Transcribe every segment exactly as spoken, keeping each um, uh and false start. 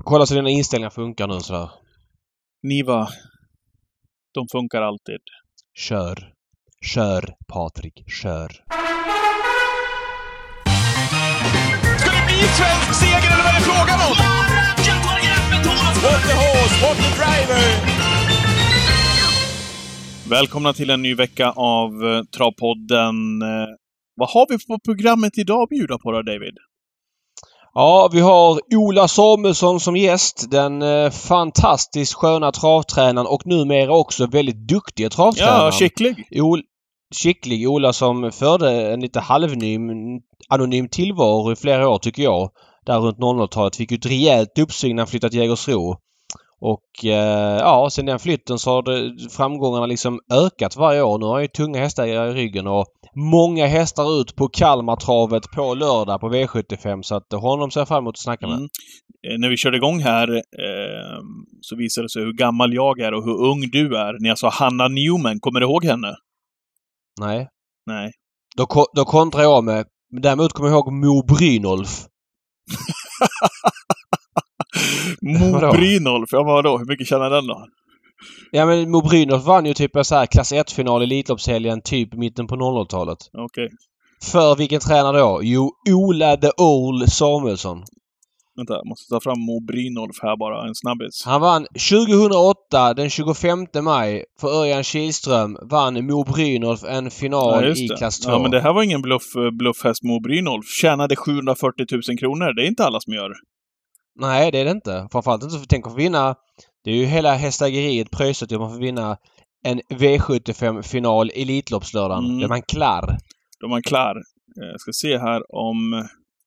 kolla så dina inställningar funkar nu sådär. Niva, de funkar alltid. Kör. Kör, Patrik. Kör. Ska det bli svensk seger eller vad är det frågan om? What the horse, what the driver! Välkomna till en ny vecka av uh, Travpodden. Uh, vad har vi på programmet idag att bjuda på då, David? Ja, vi har Ola Samuelsson som gäst. Den eh, fantastiskt sköna travtränaren och numera också väldigt duktiga travtränaren. Ja, skicklig. Ol- skicklig Ola som förde en lite halvnym, anonym tillvaro i flera år tycker jag. Där runt noll noll-talet fick ut ett rejält uppsving när han flyttat till Jägersro. Och eh, ja, sen den flytten så har det, framgångarna liksom ökat varje år. Nu har jag tunga hästar i ryggen och många hästar ut på Kalmartravet på lördag på V sjuttiofem. Så att honom ser jag fram emot att snacka med. Mm. Eh, när vi körde igång här eh, så visade det sig hur gammal jag är och hur ung du är. När jag sa Hanna Newman, kommer du ihåg henne? Nej. Nej. Då, då kontrar jag med. Däremot kommer jag ihåg Mo Brynolf. Mo Brynolf, ja vadå? Hur mycket känner den då? Ja men Mo Brynolf vann ju typ en så här klass ett-final i Elitloppshelgen typ mitten på noll noll-talet. Okej. Okay. För vilken tränare då? Jo, Ola the Old Samuelsson. Vänta, jag måste ta fram Mo Brynolf här bara, en snabbis. Han vann tjugohundraåtta den tjugofemte maj för Örjan Kihlström vann Mo Brynolf en final ja, i klass två. Ja, men det här var ingen bluff, bluffhäst Mo Brynolf. Tjänade sjuhundrafyrtio tusen kronor. Det är inte alla som gör. Nej, det är det inte. Framförallt inte för tänk att få vinna. Det är ju hela hästägeriet pröjsat att man får vinna en V sjuttiofem-final i Elitloppslördagen. Mm. Då är man klar. Då är man klar. Jag ska se här om...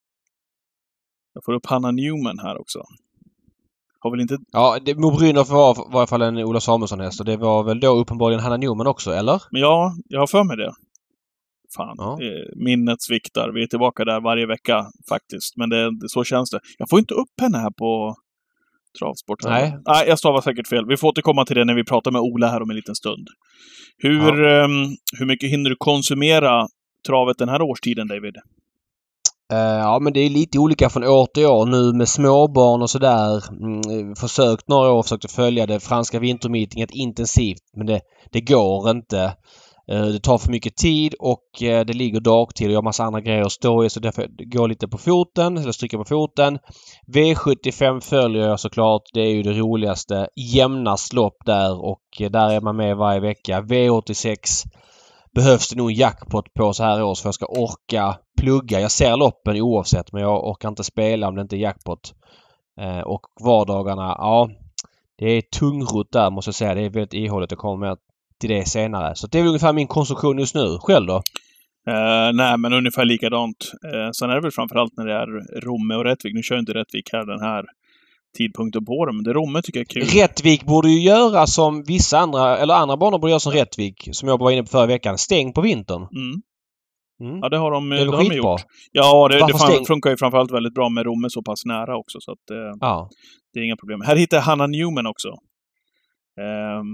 Jag får upp Hanna Newman här också. Har väl inte... Ja, det, Mo Brynolf var, var i alla fall en Ola Samuelsson-häst. Och det var väl då uppenbarligen Hanna Newman också, eller? Men ja, jag har för mig det. Fan, ja. Minnet sviktar. Vi är tillbaka där varje vecka faktiskt. Men det, det, så känns det. Jag får inte upp henne här på Travsport. Nej. Nej, jag stavar säkert fel. Vi får återkomma till det när vi pratar med Ola här om en liten stund. Hur, ja. um, hur mycket hinner du konsumera travet den här årstiden, David? Uh, ja, men det är lite olika från år till år. Nu med småbarn och sådär. Mm, försökt några år, försökt följa det franska vintermeetinget intensivt. Men det, det går inte. Det tar för mycket tid och det ligger dagtid och jag har massa andra grejer att stå i så därför går lite på foten eller stryka på foten. V sjuttiofem följer jag såklart. Det är ju det roligaste. Jämnast lopp där och där är man med varje vecka. V åttiosex behövs det nog en jackpot på så här års för jag ska orka plugga. Jag ser loppen oavsett men jag orkar inte spela om det inte är jackpot. Och vardagarna, ja det är tungrot där måste jag säga. Det är väldigt ihålligt att komma med till det senare. Så det är väl ungefär min konsumtion just nu. Själv då? Uh, nej, men ungefär likadant. Uh, sen är det väl framförallt när det är Romme och Rättvik. Nu kör inte Rättvik här den här tidpunkten på det, men det Romme tycker jag är kul. Rättvik borde ju göra som vissa andra, eller andra banor borde göra som Rättvik, som jag var inne på förra veckan. Stäng på vintern. Mm. Mm. Ja, det har de, det är det har de gjort. Ja, det, det fan, funkar ju framförallt väldigt bra med Romme så pass nära också, så att uh, ja. Det är inga problem. Här hittar jag Hanna Newman också. Um,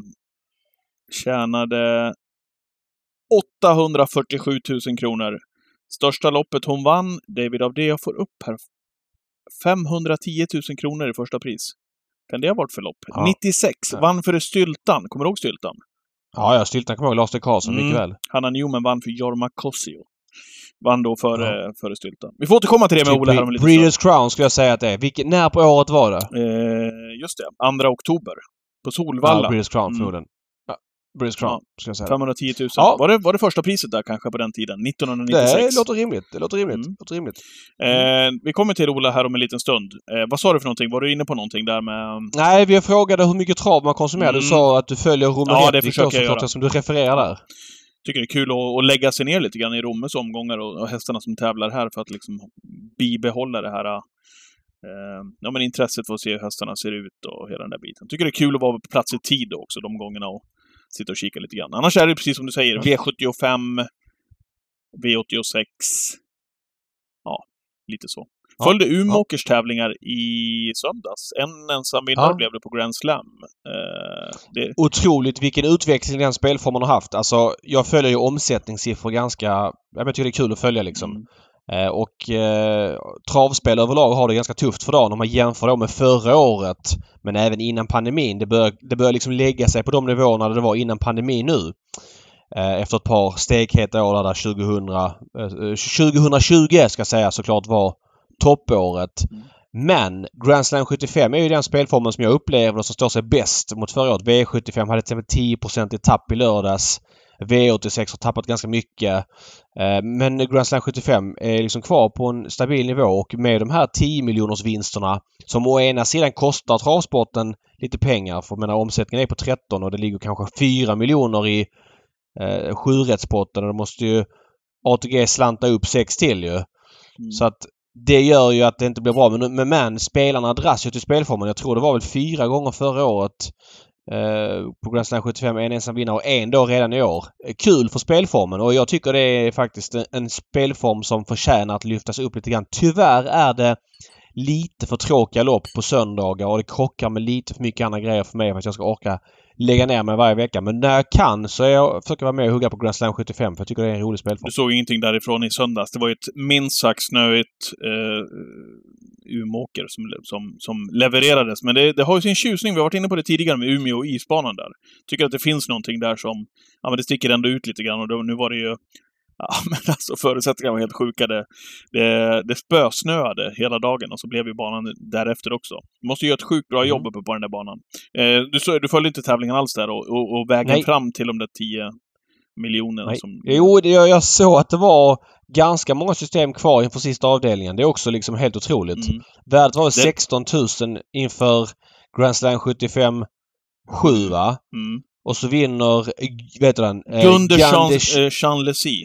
Tjänade åttahundrafyrtiosju tusen kronor. Största loppet hon vann, David, av det jag får upp här, femhundratio tusen kronor i första pris. Kan det ha varit för lopp? Ja. nittiosex, ja. Vann för Styltan. Kommer du ihåg Styltan? Ja, ja, Styltan kommer ihåg Lars de Karlsson mm. mycket väl. Hanna Newman vann för Jorma Cosio. Vann då före, ja. före Styltan. Vi får återkomma till det med Ola här om lite Breeders' Crown skulle jag säga att det är. Vilket, när på året var det? Eh, just det, andra oktober. På Solvalla. Ja, Breeders' Crown förmodligen. Mm. Breeders' Crown, ja. ska jag säga. femhundratio tusen. Ja. Var, det, var det första priset där kanske på den tiden? nittonhundranittiosex. Det låter rimligt. Det låter rimligt. Mm. låter rimligt. Eh, vi kommer till Ola här om en liten stund. Eh, vad sa du för någonting? Var du inne på någonting där med... Nej, vi frågade hur mycket trav man konsumerar. Mm. Du sa att du följer Romme ja, Rättvik då, såklart, som du refererar där. Tycker det är kul att, att lägga sig ner lite grann i Rommes omgångar och, och hästarna som tävlar här för att liksom bibehålla det här eh, ja, men intresset för att se hur hästarna ser ut och hela den där biten. Tycker det är kul att vara på plats i tid också de gångerna och sitta och kika lite grann. Annars är det precis som du säger, V sjuttiofem, V åttiosex. Ja, lite så. Ja. Följde Umeåkers ja. tävlingar i söndags. En ensam vinnare ja. blev det på Grand Slam. Eh, det... Otroligt vilken utveckling den spelformen har haft. Alltså, jag följer ju omsättningssiffror ganska... Jag tycker det är kul att följa liksom. Mm. Eh, och eh, travspel överlag har det ganska tufft för dagen om man jämför då med förra året. Men även innan pandemin. Det börjar, det börjar liksom lägga sig på de nivåerna det var innan pandemin nu. Eh, efter ett par stekheta år där tjugohundra, eh, tjugohundratjugo ska jag säga såklart var toppåret. Mm. Men Grand Slam sjuttiofem är ju den spelformen som jag upplever som står sig bäst mot förra året. V sjuttiofem hade till exempel tio procent i tapp i lördags. V åttiosex har tappat ganska mycket. Men Grand Slam sjuttiofem är liksom kvar på en stabil nivå och med de här tio miljoners vinsterna som å ena sidan kostar travsporten lite pengar. För menar, omsättningen är på tretton och det ligger kanske fyra miljoner i eh, sjurättspotten och då måste ju A T G slanta upp sex till ju. Mm. Så att det gör ju att det inte blir bra. Men, men, men spelarna dras ju till spelformen. Jag tror det var väl fyra gånger förra året eh, på Grand Slam sjuttiofem. En ensam vinnare och en då redan i år. Kul för spelformen och jag tycker det är faktiskt en, en spelform som förtjänar att lyftas upp lite grann. Tyvärr är det lite för tråkiga lopp på söndagar och det krockar med lite för mycket andra grejer för mig för att jag ska orka lägga ner mig varje vecka. Men när jag kan så är jag försöker vara med och hugga på Grand Slam sjuttiofem för jag tycker det är en rolig spelform. Du såg ingenting därifrån i söndags. Det var ju ett minst sagt snöigt eh, Umeåker som, som, som levererades. Men det, det har ju sin tjusning. Vi har varit inne på det tidigare med Umeå och isbanan där. Tycker att det finns någonting där som ja, men det sticker ändå ut lite grann. Och då, nu var det ju ja, men alltså förutsättningarna var helt sjuka. Det, det, det spösnöade hela dagen och så blev ju banan därefter också. Du måste göra ett sjukt bra jobb uppe på den där banan. Eh, du, så, du följde inte tävlingen alls där och, och, och vägen Nej. fram till de där tio miljonerna som... Jo, det, jag såg att det var ganska många system kvar inför sista avdelningen. Det är också liksom helt otroligt. Mm. Värdet var det... sexton tusen inför Grand Slam sjuttiofem sju va? Mm. Och så vinner, vet du den? Eh, Gunde Chanlesi.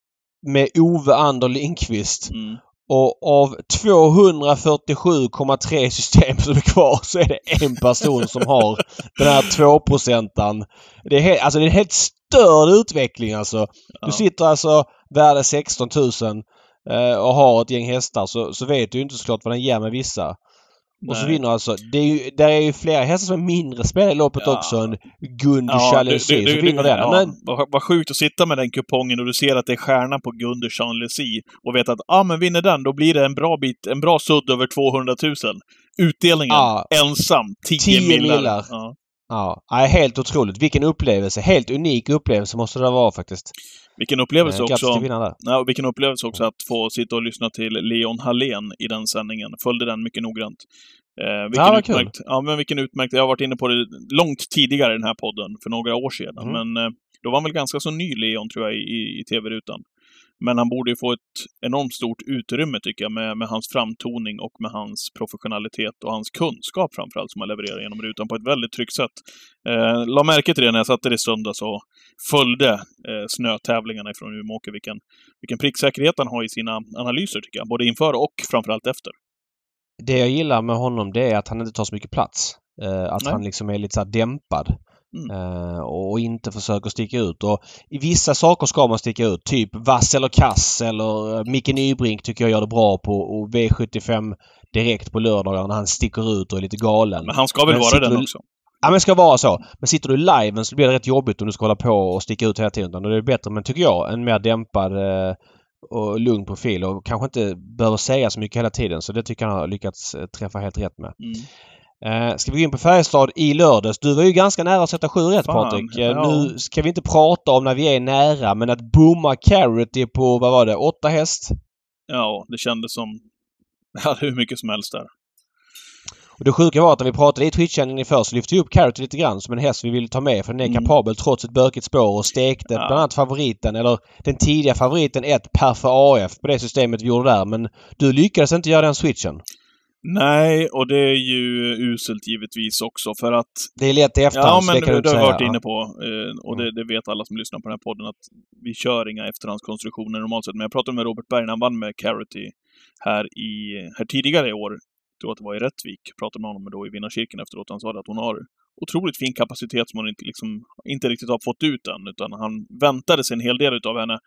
Med Ove Ander Lindqvist. Mm. Och av tvåhundrafyrtiosju komma tre system som är kvar så är det en person som har den här två procenten. Det är helt, alltså det är en helt störd utveckling alltså. Ja. Du sitter alltså värde sexton tusen eh, och har ett gäng hästar så, så vet du ju inte såklart vad den ger med vissa. Och så vinner alltså. Det är ju, där är ju flera hästar som är mindre spelare i loppet ja. också än Gunde ja, Chanlesi. Så vinner den. Ja, men... vad, vad sjukt att sitta med den kupongen och du ser att det är stjärna på Gunde Chanlesi och vet att ah, men vinner den då blir det en bra bit, en bra sudd över tvåhundratusen. Utdelningen ja. ensam tio millar. Ja. Ja, helt otroligt. Vilken upplevelse. Helt unik upplevelse måste det vara faktiskt. Vilken upplevelse också. Ja, vilken upplevelse också att få sitta och lyssna till Leon Hallén i den sändningen. Följde den mycket noggrant. Eh, vilken ja, utmärkt, ja, men vilken utmärkt. Jag har varit inne på det långt tidigare i den här podden för några år sedan. Mm. Men eh, då var han väl ganska så ny Leon tror jag i, i tv-rutan. Men han borde ju få ett enormt stort utrymme tycker jag med, med hans framtoning och med hans professionalitet och hans kunskap framförallt som han levererar genom rutan på ett väldigt tryggt sätt. Eh, la märke till det när jag satt där i söndags och följde eh, snötävlingarna från Umeåker. Vilken, vilken pricksäkerhet han har i sina analyser tycker jag. Både inför och framförallt efter. Det jag gillar med honom det är att han inte tar så mycket plats. Eh, att Nej. han liksom är lite så här dämpad. Mm. Uh, och inte försöker sticka ut. Och i vissa saker ska man sticka ut. Typ vass eller kass eller uh, Micke Nybrink tycker jag gör det bra på. Och V sjuttiofem direkt på lördagar när han sticker ut och är lite galen. Men han ska väl men vara den du... också? Ja, men ska vara så. Men sitter du live så blir det rätt jobbigt om du ska hålla på och sticka ut hela tiden. Då är det bättre, men tycker jag, en mer dämpad uh, och lugn profil. Och kanske inte behöver säga så mycket hela tiden. Så det tycker jag han har lyckats uh, träffa helt rätt med. Mm. Uh, ska vi gå in på Färjestad i lördags? Du var ju ganska nära att sätta sju rätt, Patrik. Uh, ja. Nu ska vi inte prata om när vi är nära, men att bomma Carrot på, vad var det, åtta häst? Ja, det kändes som ja, hur mycket som helst där. Och det sjuka var att när vi pratade i Twitch-sändningen först så lyfte vi upp Carrot lite grann som en häst vi ville ta med för den är mm. kapabel trots ett bökigt spår och stekte ja. bland annat favoriten, eller den tidiga favoriten ett Perfe A F på det systemet vi gjorde där. Men du lyckades inte göra den switchen. Nej, och det är ju uselt givetvis också för att... Det är lätt i efterhand, ja, men det kan det, du har säga. varit inne på, och det, det vet alla som lyssnar på den här podden, att vi kör inga efterhandskonstruktioner normalt sett. Men jag pratade med Robert Berg när han vann med Carrot här, i, här tidigare i år. Jag tror att det var i Rättvik. Jag pratade med honom då i Vinnarkirken efteråt. Han sa att hon har otroligt fin kapacitet som hon inte, liksom, inte riktigt har fått ut än. Utan han väntade sig en hel del utav henne.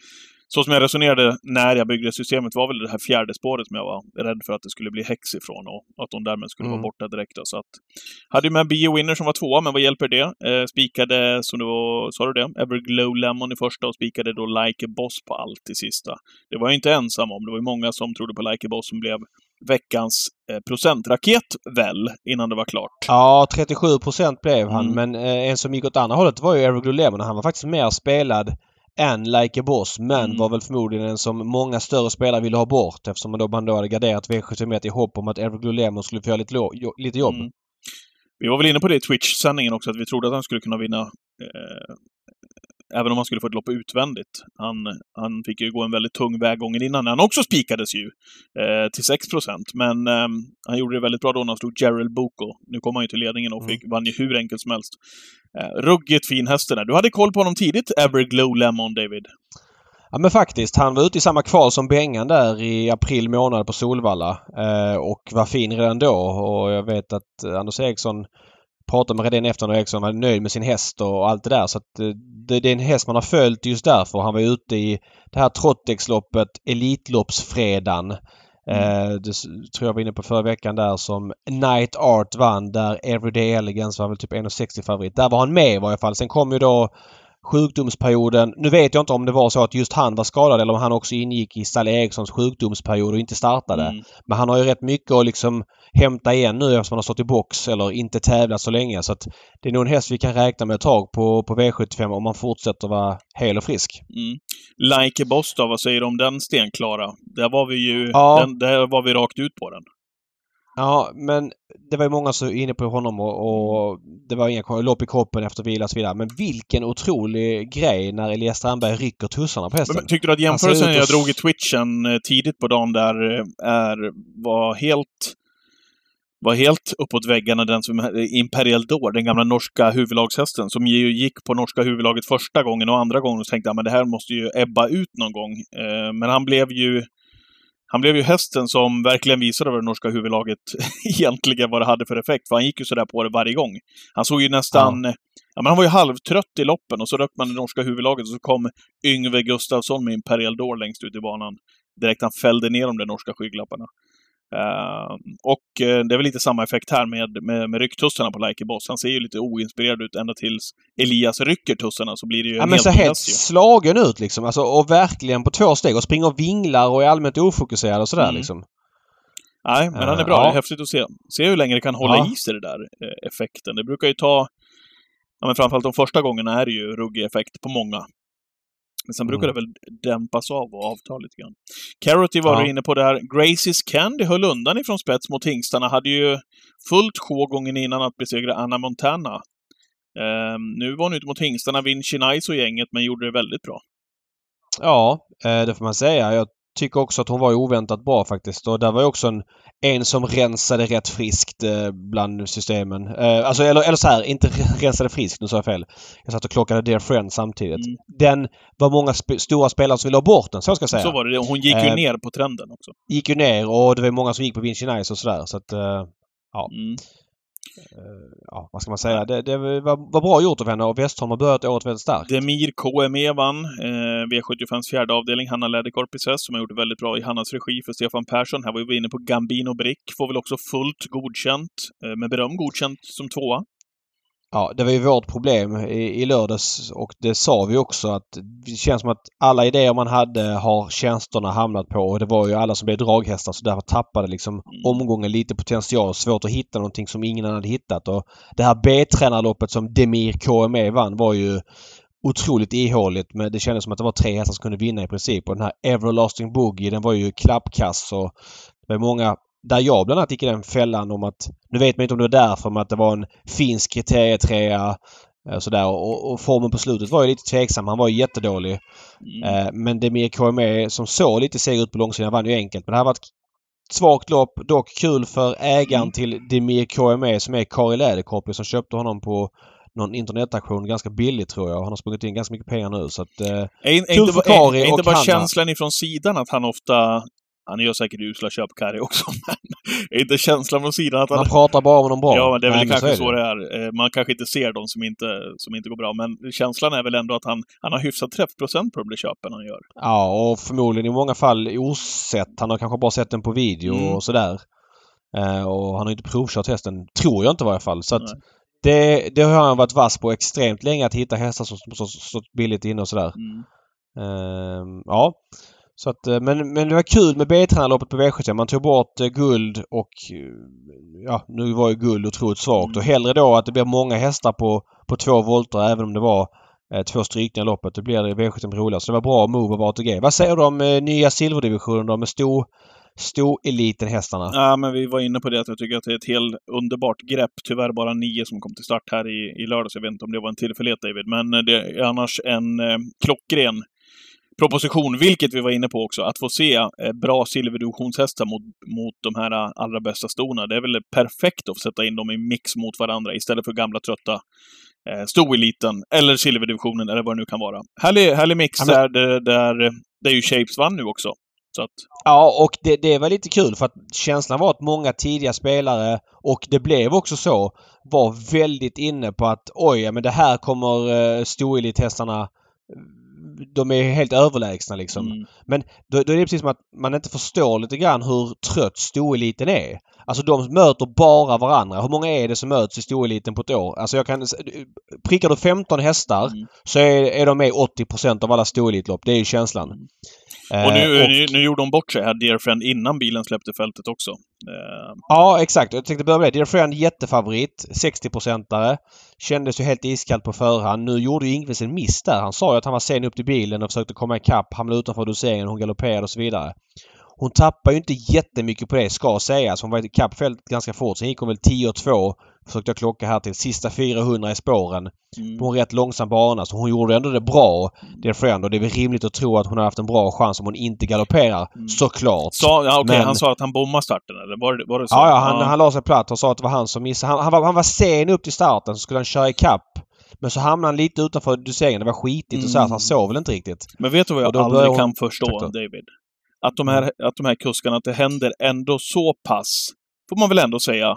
så som jag resonerade när jag byggde systemet var väl det här fjärde spåret som jag var rädd för att det skulle bli häx ifrån och att de därmed skulle mm. vara borta direkt. Så att, hade ju med Be a Winner som var tvåa, men vad hjälper det? Eh, spikade, som det var, sa du det? Everglow Lemon i första och spikade då Like a Boss på allt i sista. Det var jag inte ensam om. Det var ju många som trodde på Like a Boss som blev veckans eh, procentraket väl, innan det var klart. Ja, trettiosju procent blev han, Mm. men eh, en som gick åt andra hållet var ju Everglow Lemon. Han var faktiskt mer spelad än Like a Boss, men Mm. var väl förmodligen en som många större spelare ville ha bort eftersom man då, man då hade garderat V sjuttionio i hopp om att Everglow Lemon skulle få göra lite, lo- jo- lite jobb. Mm. Vi var väl inne på det i Twitch-sändningen också, att vi trodde att han skulle kunna vinna eh, även om han skulle få ett lopp utvändigt. Han, han fick ju gå en väldigt tung väg gången innan. Han också spikades ju eh, till sex procent. Men eh, han gjorde det väldigt bra då när han stod Gerald Boko. Nu kom han ju till ledningen och fick, mm. vann ju hur enkelt som helst. Eh, ruggigt fin hästen där. Du hade koll på honom tidigt, Everglow Lemon, David. Ja men faktiskt, han var ute i samma kval som Bengan där i april månad på Solvalla eh, och var fin redan då. Och jag vet att Anders Eriksson pratade med Redén efter när Eriksson var nöjd med sin häst och allt det där. Så att det, det är en häst man har följt just därför. Han var ute i det här Trottex-loppet, Elitloppsfredagen. Mm. Eh, det tror jag var inne på förra veckan där som Night Art vann där Everyday Elegance var väl typ en komma sextio favorit. Där var han med i varje fall. Sen kom ju då sjukdomsperioden. Nu vet jag inte om det var så att just han var skadad eller om han också ingick i Stalle Erikssons sjukdomsperiod och inte startade. Mm. Men han har ju rätt mycket att liksom hämta igen nu eftersom han har stått i box eller inte tävlat så länge. Så att det är nog en häst vi kan räkna med ett tag på, på V sjuttiofem om man fortsätter vara hel och frisk. Mm. Like a Boss då, vad säger du om den stenklara? Där var vi ju ja. den, där var vi rakt ut på den. Ja, men det var ju många som var inne på honom och, och det var inga lopp i kroppen efter vila och så vidare. Men vilken otrolig grej när Elias Strandberg rycker tussarna på hästen. Men, tyckte du att jämförelsen och... jag drog i Twitchen tidigt på dagen där är, var helt var helt uppåt väggarna, den som Imperial Door, den gamla norska huvudlagshästen som ju gick på norska huvudlaget första gången och andra gången och tänkte att men det här måste ju ebba ut någon gång. Men han blev ju Han blev ju hästen som verkligen visade vad det norska huvudlaget egentligen vad det hade för effekt. För han gick ju sådär på det varje gång. Han såg ju nästan... Ja. Ja, men han var ju halvtrött i loppen och så rökt man det norska huvudlaget och så kom Yngve Gustafsson med Imperial Door längst ut i banan. Direkt han fällde ner de där norska skygglapparna. Uh, och uh, det är väl lite samma effekt här med, med, med rycktussarna på Like a Boss. Han ser ju lite oinspirerad ut ända tills Elias rycker tussarna så blir det ju ja, en men helt så helt slagen ut liksom. Alltså, och verkligen på två steg och springer och vinglar och är allmänt ofokuserad och sådär mm. liksom. Nej, men han är bra. Uh, det är ja. häftigt att se. Se hur länge det kan hålla ja. i sig det där eh, effekten. Det brukar ju ta... Ja, men framförallt de första gångerna är det ju ruggig effekt på många. Men sen mm. brukar det väl dämpas av och avta lite grann. Carrotty var ja. du inne på det här. Gracie's Candy höll undan ifrån spets mot hingstarna. Hade ju fullt sjå gången innan att besegra Anna Montana. Um, nu var hon ute mot hingstarna, Vinci Nice och gänget, men gjorde det väldigt bra. Ja, det får man säga. Jag tycker också att hon var oväntat bra faktiskt. Och där var ju också en, en som rensade rätt friskt eh, bland systemen. Eh, alltså, eller, eller så här, inte rensade friskt, nu sa jag fel. Jag satt och klockade Dear Friend samtidigt. Mm. Den var många sp- stora spelare som ville ha bort den, så ska jag säga. Så var det. Hon gick ju eh, ner på trenden också. Gick ju ner och det var många som gick på Vinci Nice och sådär. Så att, eh, ja. Mm. Ja, vad ska man säga? Det, det var, var bra gjort av henne och Westholm har börjat året väldigt starkt. Demir K M E vann eh, V sjuttiofems fjärde avdelning. Hanna Läderkorpis häst som har gjort det väldigt bra i Hannas regi för Stefan Persson. Här var vi inne på Gambino Brick. Får väl också fullt godkänt. Eh, med beröm godkänt som tvåa. Ja, det var ju vårt problem i, i lördags och det sa vi också att det känns som att alla idéer man hade har tjänsterna hamnat på och det var ju alla som blev draghästar så därför tappade liksom mm. omgången lite potential. Svårt att hitta någonting som ingen annan hade hittat och det här B-tränarloppet som Demir K M E vann var ju otroligt ihåligt men det kändes som att det var tre hästar som kunde vinna i princip och den här Everlasting Boogie den var ju klappkass och det var många där jag bland annat gick i den fällan om att, nu vet man inte om det var därför men att det var en finsk kriterietrea sådär och, och formen på slutet var ju lite tveksam. Han var ju jättedålig. Mm. Eh, men Demir K M E som såg lite seg ut på långsidan vann ju enkelt. Men det här var ett svagt lopp. Dock kul för ägaren mm. till Demir K M E som är Kari Läderkorpi som köpte honom på någon internetaktion ganska billigt tror jag. Han har sprungit in ganska mycket pengar nu så att... Eh, är, är, inte, är, är inte bara känslan ifrån sidan att han ofta han gör säkert usla köp Kari också, men är inte känslan från sidan att han... Man pratar bara om dem bra. Ja, men det är väl Nej, kanske så, så det är. Man kanske inte ser dem som inte, som inte går bra, men känslan är väl ändå att han, han har hyfsat träffprocent på de där köpen han gör. Ja, och förmodligen i många fall osett. Han har kanske bara sett den på video mm. och sådär. Uh, och han har inte provkört hästen, tror jag inte i varje fall. Så att det, det har han varit vass på extremt länge, att hitta hästar som stått billigt inne och sådär. Mm. Uh, ja. Så att, men, men det var kul med B-tränarloppet på V sjuttiofem. Man tog bort uh, guld och uh, ja, nu var ju guld otroligt svagt. Mm. Och hellre då att det blir många hästar på, på två volter, även om det var uh, två strykningar i loppet. Då blir det V sjuttiofem roligare. Så det var bra move av A T G. Vad säger du om uh, nya silverdivisionen då med stor Stor eliten hästarna? Ja, men vi var inne på det att jag tycker att det är ett helt underbart grepp. Tyvärr bara nio som kom till start här i, i lördags. Jag vet inte om det var en tillfällighet, David. Men det är annars en eh, klockren proposition, vilket vi var inne på också. Att få se eh, bra silverdivisionshästar mot, mot de här allra bästa storna. Det är väl perfekt att sätta in dem i mix mot varandra istället för gamla trötta eh, stoeliten eller silverdivisionen eller vad det nu kan vara. Härlig, härlig mix ja, men... där, där, där, där ju Shapes vann nu också. Så att... Ja, och det, det var lite kul för att känslan var att många tidiga spelare, och det blev också så, var väldigt inne på att oj, men det här kommer uh, storelithästarna, de är helt överlägsna liksom. Mm. Men då, då är det precis som att man inte förstår lite grann hur trött storeliten är. Alltså de möter bara varandra. Hur många är det som möts i storeliten på ett år? Alltså jag kan... Prickar du femton hästar mm. så är, är de med åttio procent av alla storelitlopp. Det är ju känslan. Mm. Och, nu, och nu, nu gjorde de bort sig här, Dear Friend, innan bilen släppte fältet också. Uh... Ja, exakt. Jag tänkte börja med det. Dear Friend, jättefavorit. sextio-procentare. Kändes ju helt iskallt på förhand. Nu gjorde ju Ingves en miss där. Han sa ju att han var sen upp till bilen och försökte komma ikapp, hamnade utanför doseringen, hon galopperade och så vidare. Hon tappar ju inte jättemycket på det, ska sägas. Hon var i kappfältet ganska fort. Sen gick hon väl tio två. Försökte jag klocka här till sista fyrahundra i spåren. Mm. På en rätt långsam bana. Så hon gjorde ändå det bra. Det är friend. Och det är väl rimligt att tro att hon har haft en bra chans om hon inte galopperar. Mm. Såklart. Så, ja, okay. Men... Han sa att han bommade starten, eller? Var det, var det så? Ja, ja han, ja. han la sig platt och sa att det var han som missade. Han, han, var, han var sen upp till starten, så skulle han köra i kapp. Men så hamnade han lite utanför doseringen. Det var skitigt mm. och så här, så han sov väl inte riktigt. Men vet du vad jag aldrig hon... kan förstå, David? Att de, här, att de här kuskarna, att det händer ändå så pass, får man väl ändå säga,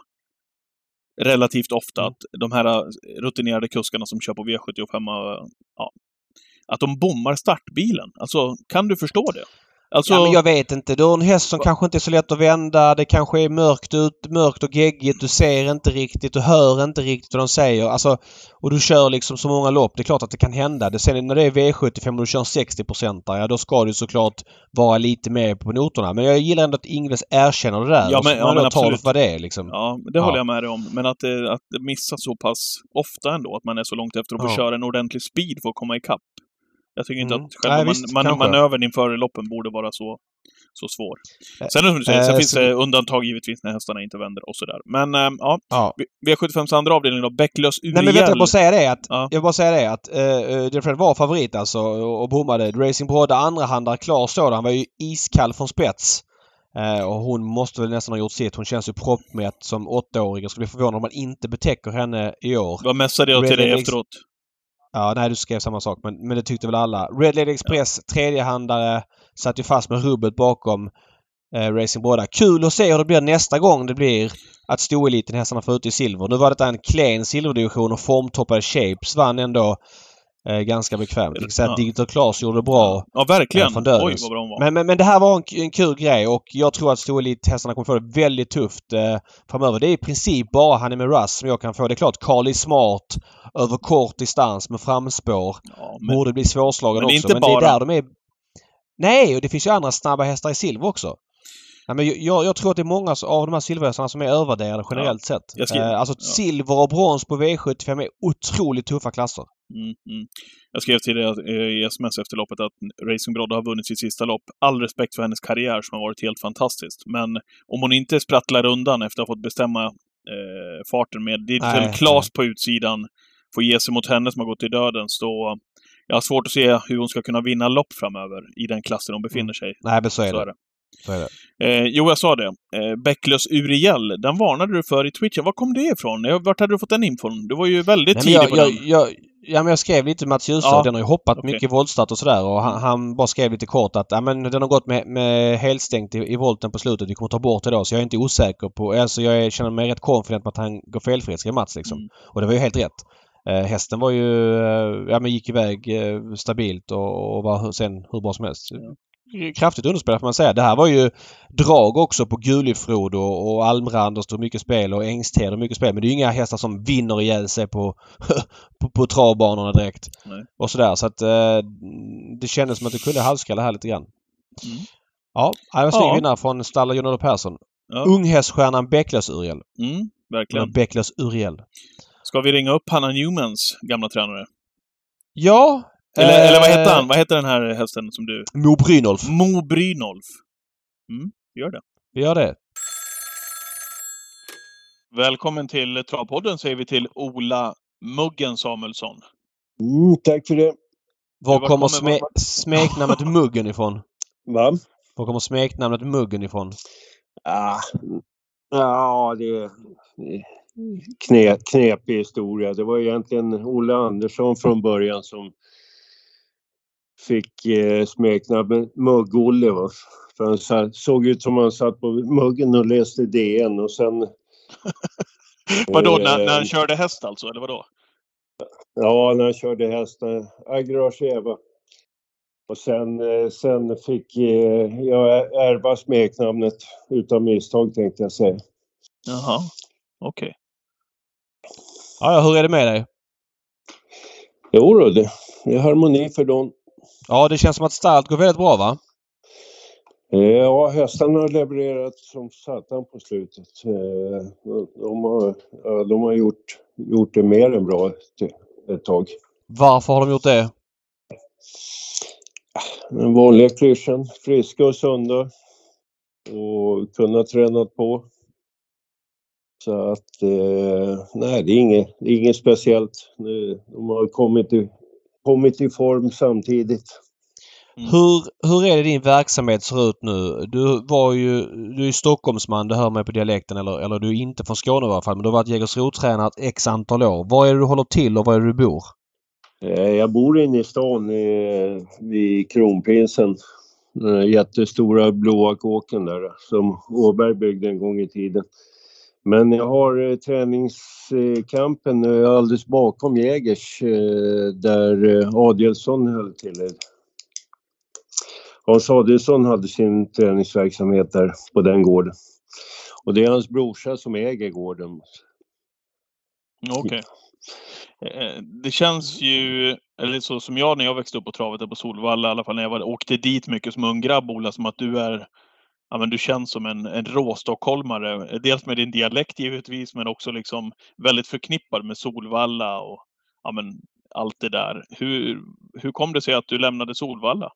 relativt ofta, mm. att de här rutinerade kuskarna som kör på V sjuttiofem, ja, att de bommar startbilen. Alltså, kan du förstå det? Alltså... Ja, men jag vet inte. Du har en häst som Va? kanske inte är så lätt att vända. Det kanske är mörkt ut, mörkt och geggigt. Du ser inte riktigt, du hör inte riktigt vad de säger. Alltså, och du kör liksom så många lopp. Det är klart att det kan hända. Det, sen när det är V sjuttiofem och du kör sextio procent, ja, då ska du såklart vara lite med på noterna. Men jag gillar ändå att Ingves erkänner det där. Ja, men, ja, men absolut. Vad det är, liksom. Ja, det håller ja. jag med dig om. Men att det, att det missar så pass ofta ändå, att man är så långt efter att få ja. köra en ordentlig speed för att komma ikapp. Jag tycker inte mm. att själva Nej, visst, man, man, manövern inför loppen borde vara så, så svår. Sen, som du säger, sen äh, finns så... det undantag givetvis när hästarna inte vänder och sådär. Men äh, ja, ja. V sjuttiofems andra avdelning då, Bäcklös Uriel. Nej, men vet jag bara säga det att ja. jag bara säga det att uh, Dear var favorit alltså och bommade. Racing Brodda andra handlar klar så. Han var ju iskall från spets. Uh, och hon måste väl nästan ha gjort sitt. Hon känns ju proppmätt som åttaårig. Jag skulle bli förvånad om man inte betäcker henne i år. Vad mässade jag till dig efteråt? Ja, nej, du skrev samma sak, men, men det tyckte väl alla. Red Lady Express, ja. tredjehandare, satt ju fast med rubbet bakom eh, Racing Brodda. Kul att se hur det blir nästa gång det blir att stoeliten hästarna får ut i silver. Nu var det en klen silverdivision och formtoppade Shapes vann ändå eh, ganska bekvämt. Jag säga att ja. Digital Class gjorde det bra. Ja, verkligen. Eh, från Oj, vad bra hon var. Men, men, men det här var en, en kul grej och jag tror att stoelithästarna kommer få det väldigt tufft eh, framöver. Det är i princip bara han är med Russ som jag kan få. Det är klart, Carly Smart över kort distans med framspår. Ja, men, borde bli svårslagen men också. Inte men bara... det är där de är... Nej, och det finns ju andra snabba hästar i silver också. Ja, men jag, jag tror att det är många av de här silverhästarna som är övervärderade generellt ja. sett. Skrev, eh, alltså ja. silver och brons på V sjuttiofem är otroligt tuffa klasser. Mm, mm. Jag skrev till dig i sms efter loppet att Racing Brodda har vunnit sitt sista lopp. All respekt för hennes karriär som har varit helt fantastisk. Men om hon inte sprattlar undan efter att ha fått bestämma eh, farten med Digital Class på utsidan, får ge sig mot henne som har gått i döden, så jag har svårt att se hur hon ska kunna vinna lopp framöver i den klassen hon befinner sig. Mm. Nej, men så är så det. Är det. Så är det. Eh, jo, jag sa det. Eh, Bäcklös Uriel, den varnade du för i Twitch. Var kom det ifrån? Vart hade du fått den infon? Du var ju väldigt Nej, tidig jag, på jag, den. Jag, Ja, men jag skrev lite Mats Djuse. Ja, Den har ju hoppat okej. mycket voltstart och sådär. Och han, han bara skrev lite kort att ja, men den har gått med, med helstängt i, i volten på slutet. Vi kommer ta bort det då. Så jag är inte osäker på... Alltså jag är, känner mig rätt confident på att han går felfritt, skrev Mats liksom. Mm. Och det var ju helt rätt. Eh, hästen var ju... Eh, ja, men gick iväg eh, stabilt och, och var sen hur bra som helst. Ja. Kraftigt underspelat får man säga. Det här var ju drag också på Gulifrod och, och Almrand och stod mycket spel och Ängsted och mycket spel. Men det är ju inga hästar som vinner ihjäl sig på, på, på travbanorna direkt. Nej. Och sådär. Så att eh, det kändes som att det kunde halskalla här lite grann. Mm. Ja, det var en snygg Ja. vinnare från Stalla Jon-Olof Persson. Ja. Unghäststjärnan Bäcklös Uriel. Mm, Eller verkligen. Bäcklös Uriel. Ska vi ringa upp Hanna Newmans gamla tränare? Ja. Eller, eh, eller vad heter han? Vad heter den här hästen som du... Mo Brynolf. Mo Brynolf. Mm, gör det. Vi gör det. Välkommen till Travpodden säger vi till Ola Muggen Samuelsson. Mm, tack för det. Var var kommer kommer- sme- smeknamnet Muggen ifrån? Va? Var kommer smeknamnet Muggen ifrån? Ah, ja, det är kne, knepig historia. Det var egentligen Olle Andersson från början som fick eh, smeknamnet Mugg-Olle. Va? För han sa, såg ut som han satt på muggen och läste D N och sen... Vadå, när, eh, när han körde häst alltså, eller vadå? Ja, när han körde hästen. Agrage Eva. Och sen, eh, sen fick eh, jag ärva smeknamnet utan misstag tänkte jag säga. Jaha, okej. Ja, ja, hur är det med dig? Jo då, det är harmoni för dem. Ja, det känns som att stallet går väldigt bra, va? Eh, Ja, hästarna har levererat som satan på slutet. Eh, De har, ja, de har gjort, gjort det mer än bra ett, ett tag. Varför har de gjort det? Den vanliga klyschan, friska och sunda och kunna träna på. Så att, eh, nej det är inget, det är inget speciellt. De har kommit i, kommit i form samtidigt. Mm. Hur, hur är det din verksamhet ser ut nu? Du var ju... Du är Stockholmsman, det hör mig på dialekten. Eller, eller du är inte från Skåne i alla fall. Men du har varit Jägersro-tränare ett x antal år. Var är det du håller till och var är det du bor? Eh, Jag bor inne i stan eh, vid Kronprinsen. Den jättestora blåa kåken där som Åberg byggde en gång i tiden. Men jag har eh, träningskampen eh, alldeles bakom Jägers eh, där eh, Adielsson höll till. Hans Adielsson hade sin träningsverksamhet där på den gården. Och det är hans brorsa som äger gården. Okej. Eh, Det känns ju, eller så som jag när jag växte upp på travet där på Solvalla, i alla fall när jag var, åkte dit mycket som ung grabb, Ola, som att du är, ja men du känns som en, en råstockholmare. Dels med din dialekt givetvis, men också liksom väldigt förknippad med Solvalla och ja men allt det där. Hur, hur kom det sig att du lämnade Solvalla?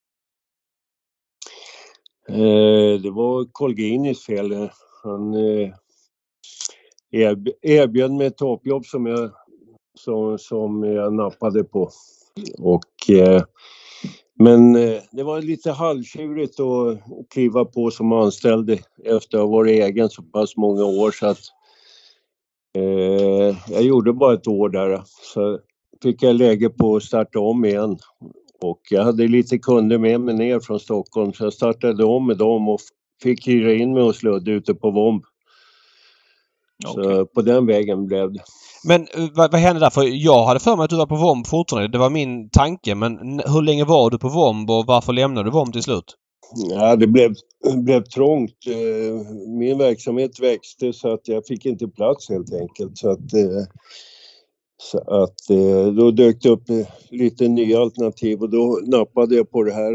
Eh, det var Colginis fel. Han eh, erb- erbjöd mig ett toppjobb som jag, som, som jag nappade på. Och, eh, men eh, det var lite halvtjurigt att kliva på som anställd efter att ha varit egen så pass många år. Så att, eh, jag gjorde bara ett år där. Så fick jag läge på att starta om igen. Och jag hade lite kunder med mig ner från Stockholm så jag startade om med dem och fick hyra in mig och slödde ute på Vomb. Så Okej. på den vägen blev det. Men eh, vad, vad hände där? För jag hade för mig att du var på Vomb fortfarande. Det var min tanke. Men n- hur länge var du på Vomb och varför lämnade du Vomb till slut? Ja, det blev, blev trångt. Eh, Min verksamhet växte så att jag fick inte plats helt enkelt. Så att, eh, så att eh, då dök det upp eh, lite nya alternativ och då nappade jag på det här.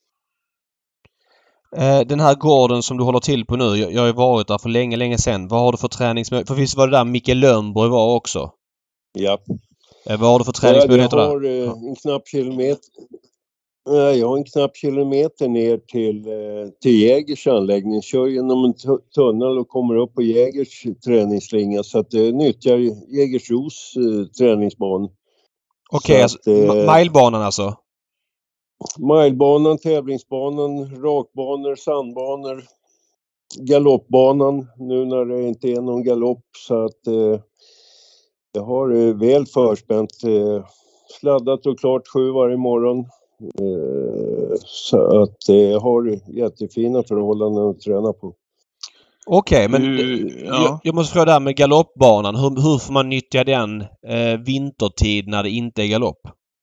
Eh, den här gården som du håller till på nu. Jag, jag har ju varit där för länge, länge sedan. Vad har du för träningsmöjligheter? För visst var det där Micke Lönnborg var också? Ja. Eh, vad har du för Jag träningsmöjligheter där? har eh, en knapp kilometer. Nej, jag har en knapp kilometer ner till, eh, till Jägers anläggning. Kör genom en tu- tunnel och kommer upp på Jägers träningsslinga. Så att jag nyttjar Jägersros eh, träningsbana. Okej, så alltså, att, eh, ma- milebanan alltså? Milebanan, tävlingsbanan, rakbanor, sandbanor, galoppbanan. Nu när det inte är någon galopp så att eh, jag har eh, väl förspänt. Eh, sladdat och klart sju varje morgon. Eh, så att eh, jag har jättefina förhållanden att träna på. Okej, okay, men Hur, ja. jag, jag måste fråga där med galoppbanan. Hur, hur får man nyttja den eh, vintertid när det inte är galopp?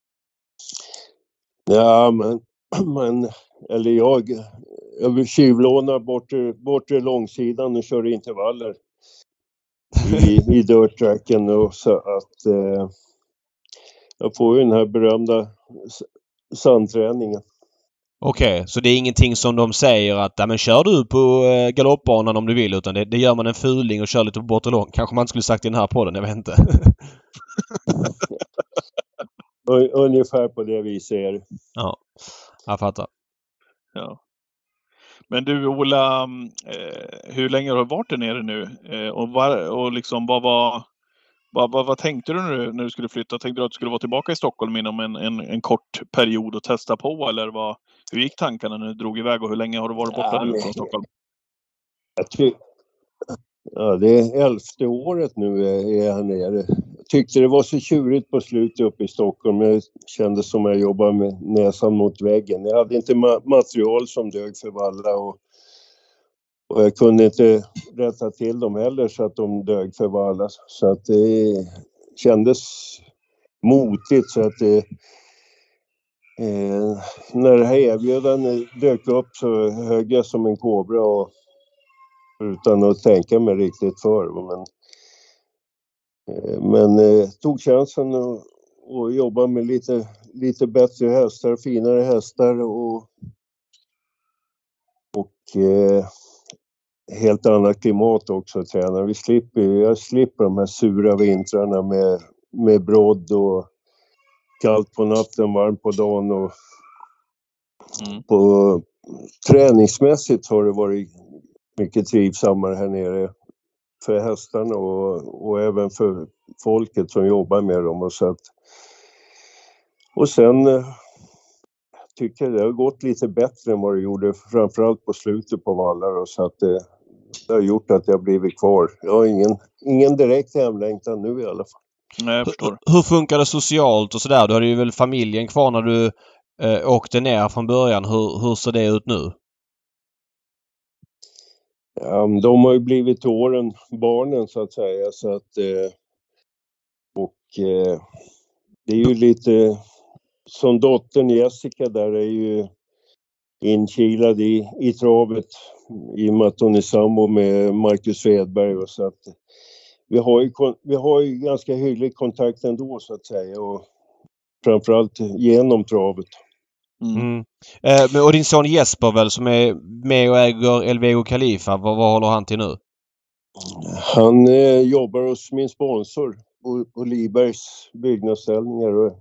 Ja, men, men eller jag, jag vill tjuvlåna bort, bort långsidan och köra intervaller i, i dirttracken och så att eh, jag får ju den här berömda sandträningen. Okej, okay, så det är ingenting som de säger att ja, men kör du på eh, galoppbanan om du vill, utan det, det gör man en fuling och kör lite på bort och lång. Kanske man inte skulle sagt i den här podden, jag vet inte. Ungefär på det viset är det. Ja, jag fattar. Ja. Men du Ola, eh, hur länge har du varit där nere nu? Eh, och var, och liksom, vad var... Vad, vad, vad tänkte du när, du när du skulle flytta? Tänkte du att du skulle vara tillbaka i Stockholm inom en, en, en kort period och testa på? Eller vad, hur gick tankarna när du drog iväg och hur länge har du varit borta ja, nu från Stockholm? Jag ty- ja, det är elfte året nu är jag här nere. Jag tyckte det var så tjurigt på slutet uppe i Stockholm. Jag kände som jag jobbade med näsan mot väggen. Jag hade inte ma- material som dög för Valla och Och jag kunde inte rätta till dem heller så att de dög för Valla. Så att det kändes motigt så att det, eh, när det här erbjudandet dök upp så högg jag som en kobra och, utan att tänka mig riktigt för. Men, eh, men eh, tog chansen och, och jobbade med lite, lite bättre hästar, finare hästar och, och eh, helt annat klimat också att träna. Vi slipper, jag slipper de här sura vintrarna med, med brodd och kallt på natten, varmt på dagen. Och mm. på, träningsmässigt har det varit mycket trivsammare här nere för hästarna och, och även för folket som jobbar med dem. Och, så att, och sen eh, tycker jag det har gått lite bättre än vad det gjorde, framförallt på slutet på Vallar. Och så att det, det har gjort att jag blivit kvar. Jag har ingen, ingen direkt hemlängtan nu i alla fall. Nej, jag förstår. Hur, hur funkar det socialt och sådär? Du hade ju väl familjen kvar när du eh, åkte ner från början. Hur, hur ser det ut nu? Ja, de har ju blivit till åren, barnen så att säga. Så att, eh, och eh, det är ju lite som dottern Jessica där är ju inkilad i, i travet i och med att hon är sambo med Marcus Svedberg. Och så att vi har ju, vi har ju ganska hygglig kontakt ändå så att säga och framförallt genom travet. Mm. Mm. Eh, och din son Jesper väl som är med och äger Elvego Khalifa, vad, vad håller han till nu? Han eh, jobbar hos min sponsor på, på Libergs byggnadsställningar och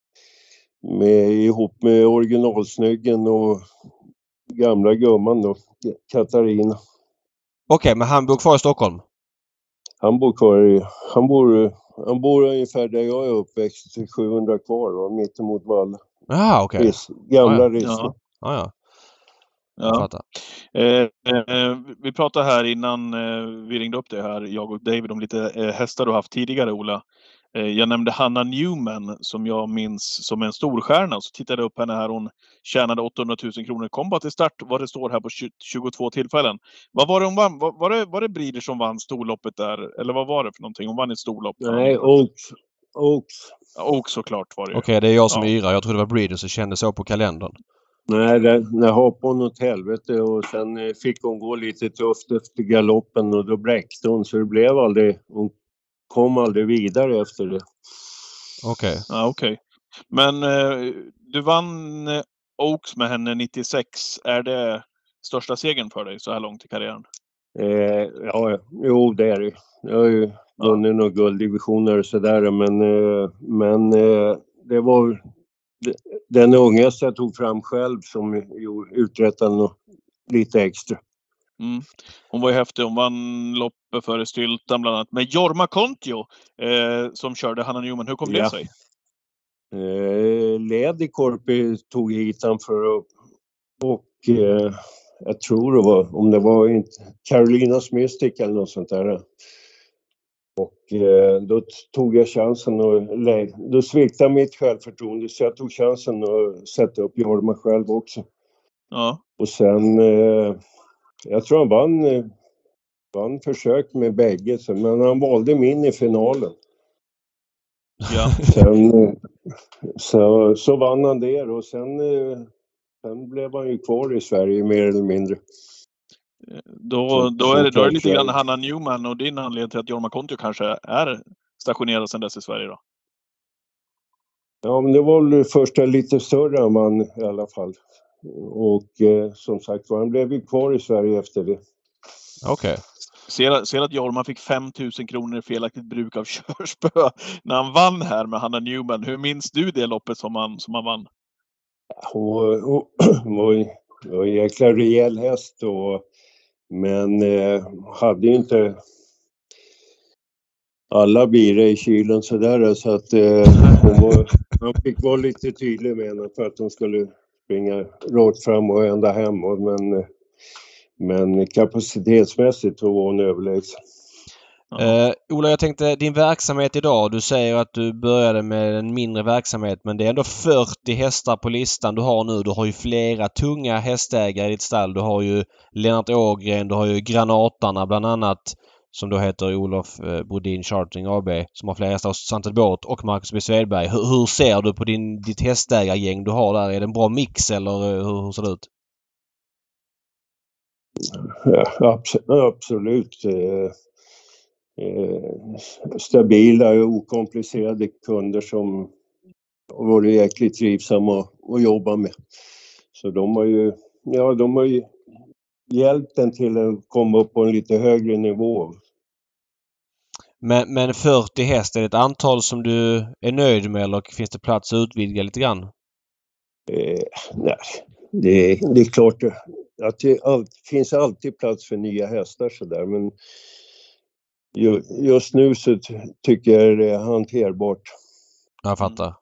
med, ihop med originalsnyggen och gamla gumman då, Katarina. Okej, okay, men han bor kvar i Stockholm? Han bor kvar i, han bor, han bor ungefär där jag är uppväxt, till sjuhundra kvar va, mittemot Valla. Ah, okej. Okay. Gamla ah, ja. Rissne. Ja. Ah, ja. Ja. Eh, eh, vi pratade här innan eh, vi ringde upp det här, jag och David, om lite eh, hästar du haft tidigare, Ola. Eh, jag nämnde Hanna Newman som jag minns som en storstjärna. Så tittade jag upp henne här, hon tjänade åttahundratusen kronor, kom bara till start, vad det står här på tjugotvå tillfällen. Vad var det hon vann? Var, var, det, var det Breeder som vann storloppet där? Eller vad var det för någonting? Hon vann ett storlopp. Nej, Oaks. Oaks. Oaks såklart var det. Okej, okay, det är jag som ja. yrar. Jag trodde det var Breeder så kände så på kalendern. Nej, när hoppade hon åt helvete och sen fick hon gå lite tufft efter galoppen och då bräckte hon så det blev aldrig, hon kom aldrig vidare efter det. Okej. Okay. Ja, okej. Okay. Men eh, du vann eh, Oaks med henne nittiosex. Är det största segern för dig så här långt i karriären? Eh, ja, jo det är det. Jag har ju vunnit ja. några gulddivisioner och sådär men, eh, men eh, det var den ungaste jag tog fram själv som uträttade något lite extra. Mm. Hon var ju häftig. Hon vann loppet före Styltan bland annat. Med Jorma Kontio eh, som körde Hanna Newman. Hur kom ja. det sig? Eh, Ledikorpi tog hit han för att och eh, jag tror det var om det var inte Carolinas Mystic eller något sånt där. Och eh, då tog jag chansen och lä- då sviktade mitt självförtroende så jag tog chansen att sätta upp Jorma själv också. Ja. Och sen, eh, jag tror han vann, eh, vann försök med bägge, så, men han valde min i finalen. Ja. Sen, eh, så, så vann han det och sen, eh, sen blev han ju kvar i Sverige mer eller mindre. Då, då, är det, då är det lite grann Hanna Newman och din anledning till att Jorma Kontio kanske är stationerad sedan dess i Sverige då? Ja, men det var väl första lite större än man i alla fall. Och eh, som sagt, han blev ju kvar i Sverige efter det. Okej. Okay. Ser, ser att Jorma fick fem tusen kronor i felaktigt bruk av körspö när han vann här med Hanna Newman. Hur minns du det loppet som han, som han vann? Hon var, var en jäkla rejäl häst och, men eh, hade ju inte alla bira i kylen sådär, så att eh, hon var, han fick vara lite tydlig med henne för att hon skulle springa rakt fram och ända hem. Men, men kapacitetsmässigt så var hon överlägsen. Uh, Ola, jag tänkte din verksamhet idag. Du säger att du började med en mindre verksamhet, men det är ändå fyrtio hästar på listan du har nu. Du har ju flera tunga hästägare i ditt stall. Du har ju Lennart Ågren, du har ju Granatarna bland annat, som då heter Olof eh, Brodin Chartering A B, som har flera hästar hos Santet Båt, och Marcus B. Svedberg. Hur, hur ser du på din, ditt hästägargäng du har där? Är det en bra mix eller hur, hur ser det ut? Ja, absolut. Eh, eh, stabila och okomplicerade kunder som har varit jäkligt trivsamma att, att jobba med. Så de har ju, ja, de har ju hjälpt den till att komma upp på en lite högre nivå. Men, men fyrtio hästar är ett antal som du är nöjd med, eller finns det plats att utvidga lite grann? Eh, nej, det, det är klart att det all, finns alltid plats för nya hästar så där, men ju, just nu så t- tycker jag det är hanterbart. Jag fattar.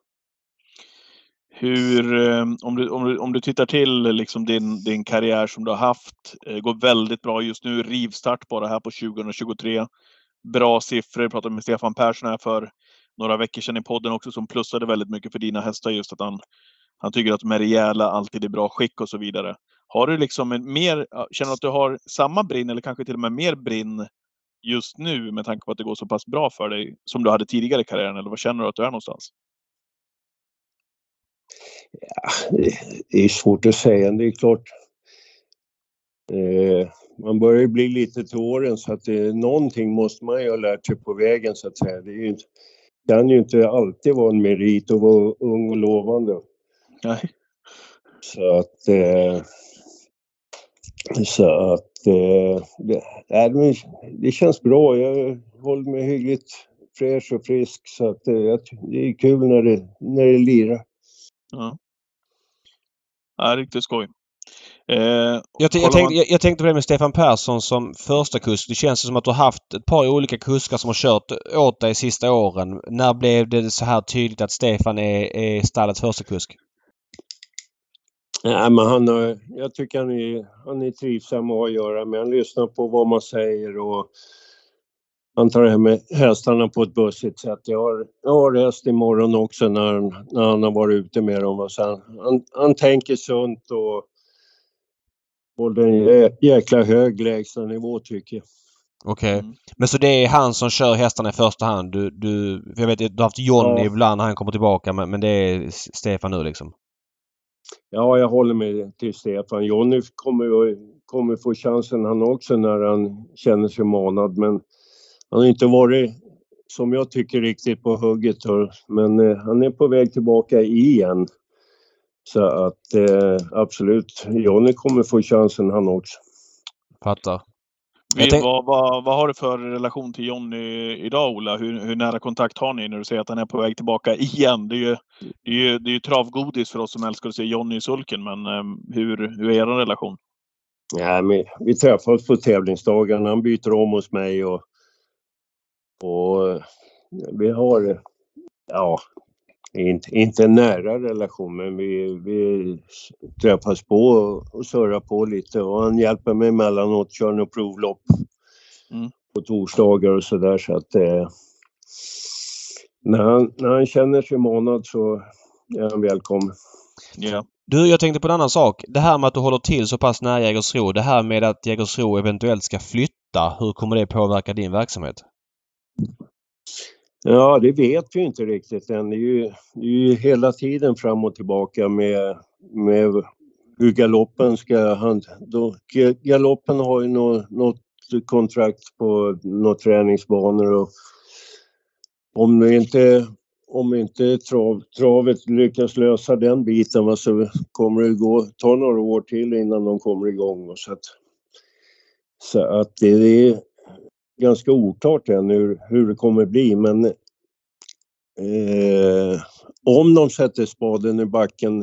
Hur, om du, om du, om du tittar till liksom din, din karriär som du har haft, går väldigt bra just nu, rivstart bara här på tjugohundratjugotre. Bra siffror, jag pratade med Stefan Persson här för några veckor sedan i podden också, som plussade väldigt mycket för dina hästar, just att han, han tycker att de är rejäla, alltid i bra skick och så vidare. Har du liksom en mer, känner du att du har samma brinn eller kanske till och med mer brinn just nu med tanke på att det går så pass bra för dig som du hade tidigare i karriären, eller vad känner du att du är någonstans? Ja, det är svårt att säga, det är klart. Eh, man börjar ju bli lite till åren, så att det, någonting måste man ju ha lärt sig på vägen så att säga. Det är ju, kan ju inte alltid vara en merit att vara ung och lovande. Nej. Så att eh, så att eh, det, äh, det känns bra. Jag håller mig hyggligt fräsch och frisk, så att eh, det är kul när det, när det lirar. Ja. Ja, riktigt skoj. Eh, jag, t- jag, tänkte, jag, jag tänkte på det med Stefan Persson som första kusk. Det känns som att du har haft ett par olika kuskar som har kört åt dig sista åren. När blev det så här tydligt att Stefan är, är stallets första kusk? Nej, men han, jag tycker han är, han är trivsam att göra med. Han lyssnar på vad man säger och han tar det här med hästarna på ett bussigt sätt. Jag har, jag har häst imorgon också när, när han har varit ute med dem. Så han, han, han tänker sunt och håller en jäkla hög lägsta nivå, tycker jag. Okej. Okay. Mm. Men så det är han som kör hästarna i första hand? Du, du, jag vet att du har haft Johnny ja. ibland när han kommer tillbaka, men, men det är Stefan nu liksom? Ja, jag håller med till Stefan. Johnny kommer, kommer få chansen han också när han känner sig manad, men han har inte varit, som jag tycker, riktigt på hugget. Men eh, han är på väg tillbaka igen. Så att eh, absolut, Johnny kommer få chansen han också. Fattar. Vi, tänk... vad, vad, vad har du för relation till Johnny idag, Ola? Hur, hur nära kontakt har ni när du säger att han är på väg tillbaka igen? Det är ju, det är ju, det är ju travgodis för oss som älskar att se Johnny i sulken, men eh, hur, hur är er relation? Ja, men vi träffas på tävlingsdagarna. Han byter om hos mig och, och vi har, ja, inte, inte en nära relation, men vi, vi träffas på och, och surrar på lite, och han hjälper mig emellanåt, kör några provlopp. Mm. på torsdagar och sådär. Så att eh, när, han, när han känner sig månad så är han välkommen. Ja. Du, jag tänkte på en annan sak. Det här med att du håller till så pass nära Jägersro. Det här med att Jägersro eventuellt ska flytta. Hur kommer det påverka din verksamhet? Ja, det vet vi inte riktigt än. Det är ju, det är ju hela tiden fram och tillbaka med, med hur galoppen ska hand... Då, galoppen har ju något, något kontrakt på några träningsbanor och om det inte, om inte trav, travet lyckas lösa den biten så kommer det gå, ta några år till innan de kommer igång. Så att, så att det är ganska oklart än hur, hur det kommer bli, men eh, om de sätter spaden i backen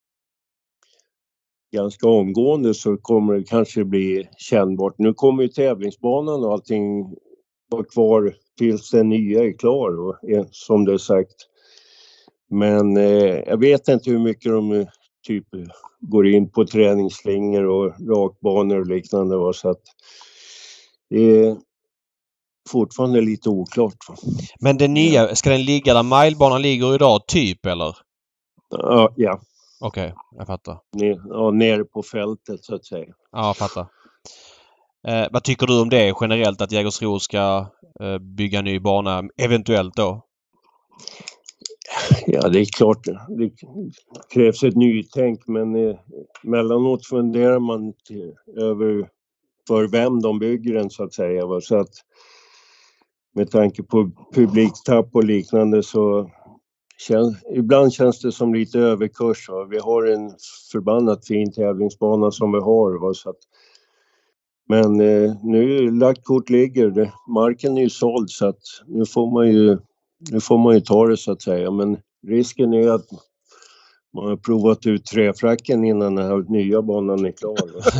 ganska omgående så kommer det kanske bli kännbart. Nu kommer ju tävlingsbanan och allting vara kvar tills den nya är klar och, som det är sagt. Men eh, jag vet inte hur mycket de typ går in på träningsslingor och rakbanor och liknande. Va? Så att det är fortfarande lite oklart. Va? Men den nya, ska den ligga där milebanan ligger idag typ eller? Ja, ja. Okej, okay, jag fattar. Ner, ja, nere på fältet så att säga. Ja, jag fattar. Eh, vad tycker du om det generellt att Jägersro ska eh, bygga ny bana eventuellt då? Ja, det är klart. Det krävs ett nytänk men eh, mellanåt funderar man till, över för vem de bygger den så att säga. Va? Så att med tanke på publiktapp och liknande så känns, ibland känns det som lite överkurs. Va? Vi har en förbannat fin tävlingsbana som vi har. Va? Så att, men eh, nu lagt kort ligger det. Marken är ju såld så att nu får man ju nu får man ju ta det så att säga. Men risken är att man har provat ut träfracken innan den här nya banan är klar.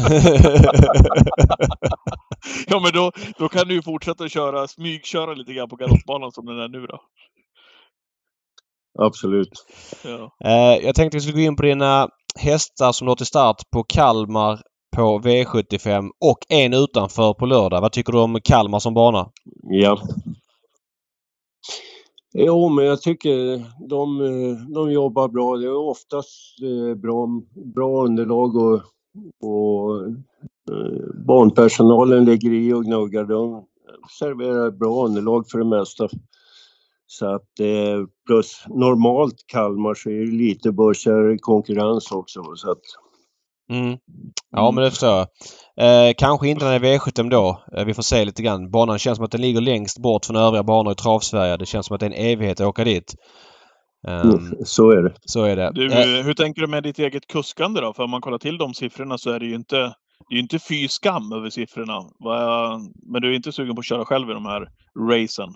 Ja, men då, då kan du ju fortsätta köra, smygköra lite grann på galoppbanan som den är nu då. Absolut. Ja. Eh, jag tänkte vi skulle gå in på dina hästar som låter start på Kalmar på V sjuttiofem och en utanför på lördag. Vad tycker du om Kalmar som bana? Ja. Jo, men jag tycker de, de jobbar bra. Det är oftast bra, bra underlag och, och barnpersonalen ligger i och gnuggar. De serverar bra underlag för det mesta. Så att plus normalt Kalmar så är det lite börsigare konkurrens också. Så att Mm. Ja, men det förstår jag. Eh, kanske inte när det är V sjuttiofem då. Eh, vi får se lite grann. Banan känns som att den ligger längst bort från övriga banor i Travsverige. Det känns som att det är en evighet att åka dit. Um, mm, så är det. Så är det. Du, eh. hur tänker du med ditt eget kuskande då? För om man kollar till de siffrorna så är det ju inte, det är ju inte fy skam över siffrorna. Men du är inte sugen på att köra själv i de här racen?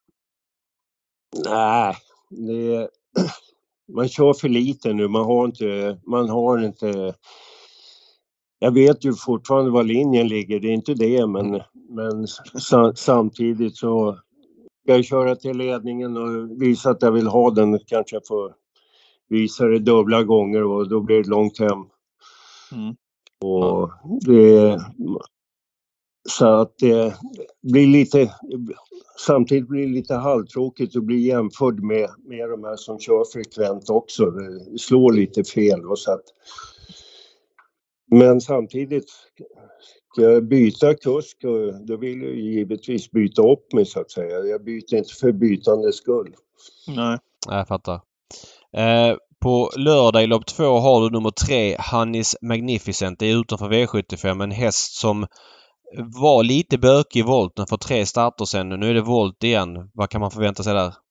Nej, det man kör för lite nu. Man har inte, man har inte. Jag vet ju fortfarande var linjen ligger. Det är inte det, men, men sa, samtidigt så ska jag köra till ledningen och visa att jag vill ha den. Kanske jag får visa det dubbla gånger och då blir det långt hem. Mm. Och det, så att det blir lite, samtidigt blir det lite halvtråkigt att bli jämförd med, med de här som kör frekvent också. Det slår lite fel. Och så att, men samtidigt ska jag byta kusk och då vill jag givetvis byta upp mig så att säga. Jag byter inte för bytande skull. Nej. Jag fattar. Eh, på lördag i lopp två har du nummer tre, Hannis Magnificent. Det är utanför V sjuttiofem. En häst som var lite bökig i volten för tre starter sedan. Nu är det volt igen. Vad kan man förvänta sig där?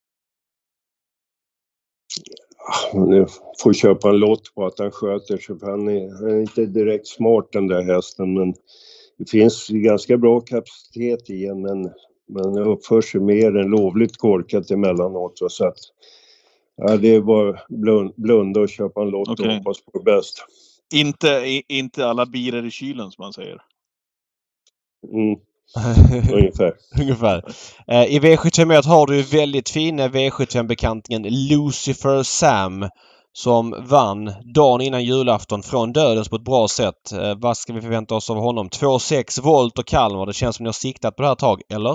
Nu får köpa en lott på att han sköter sig. För han är, han är inte direkt smart den där hästen. Men det finns ganska bra kapacitet i en. Men man uppför sig mer än lovligt korkat emellanåt. Så att ja, det är bara blund, blunda och köpa en lott okay. Och hoppas på det bäst. Inte, inte alla bilar i kylen som man säger. Mm. Ungefär. Ungefär. Eh, I V sjuttiofem har du väldigt fina V sjuttiofem-bekantningen Lucifer Sam som vann dagen innan julafton från dödens på ett bra sätt. Eh, vad ska vi förvänta oss av honom? två sex Volt och Kalmar. Det känns som ni har siktat på det här tag, eller?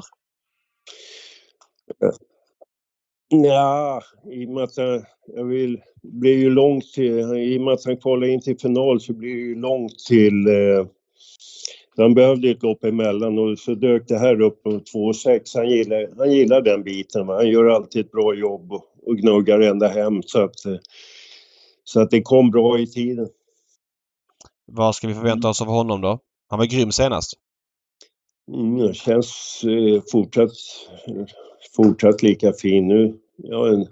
Ja, i och med att jag, jag vill, blir ju långt till, i och med att han kvalar in till final så blir det ju långt till, eh, han behövde ett lopp emellan och så dök det här upp på två sex. Han gillar, han gillar den biten, va? Han gör alltid ett bra jobb och, och gnuggar ända hem så att, eh, så att det kom bra i tiden. Vad ska vi förvänta oss av honom då? Han var grym senast. Mm, det känns eh, fortsatt, fortsatt lika fin nu. Ja, en,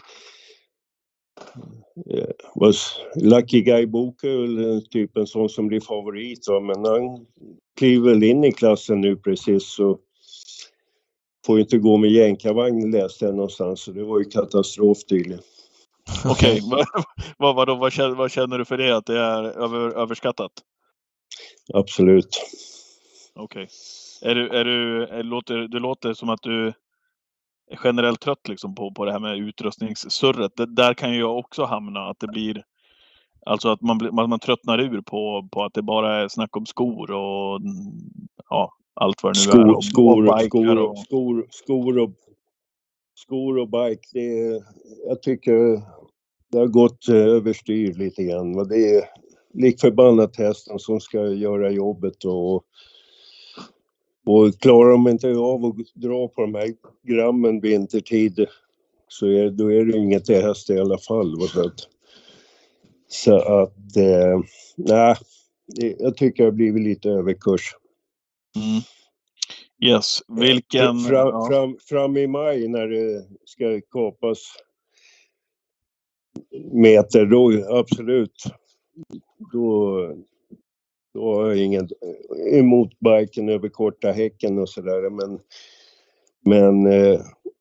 eh, was, Lucky Guy Book är väl typ en sån som blir favorit. Va? Men han kliver väl in i klassen nu precis så får inte gå med jänkarvagn läste jag någonstans. Så det var ju katastrof tydligen. Okej, okay. vad, vad, vad, känner, vad känner du för det? Att det är över, överskattat? Absolut. Okej. Okay. Är du, är du, är, låter, det låter som att du är generellt trött liksom på, på det här med utrustningssurret. Det, där kan ju jag också hamna. Att det blir, alltså att man, man, man tröttnar ur på, på att det bara är snack om skor och ja, allt vad det nu skor, är. Och, skor, och skor, och... skor, skor, och, skor och bike. Det är, jag tycker det har gått överstyr lite grann. Det är lik förbannat hästen som ska göra jobbet och Och klarar de inte av att dra på de här grammen vintertid så är, då är det inget till häst i alla fall. Så att, så att eh, nej, jag tycker det har blivit lite överkurs. Mm. Yes, vilken... Fram, ja. fram, fram i maj när det ska kapas meter, då absolut. Då... Då har jag ingen emot biken över korta häcken och sådär. Men, men eh,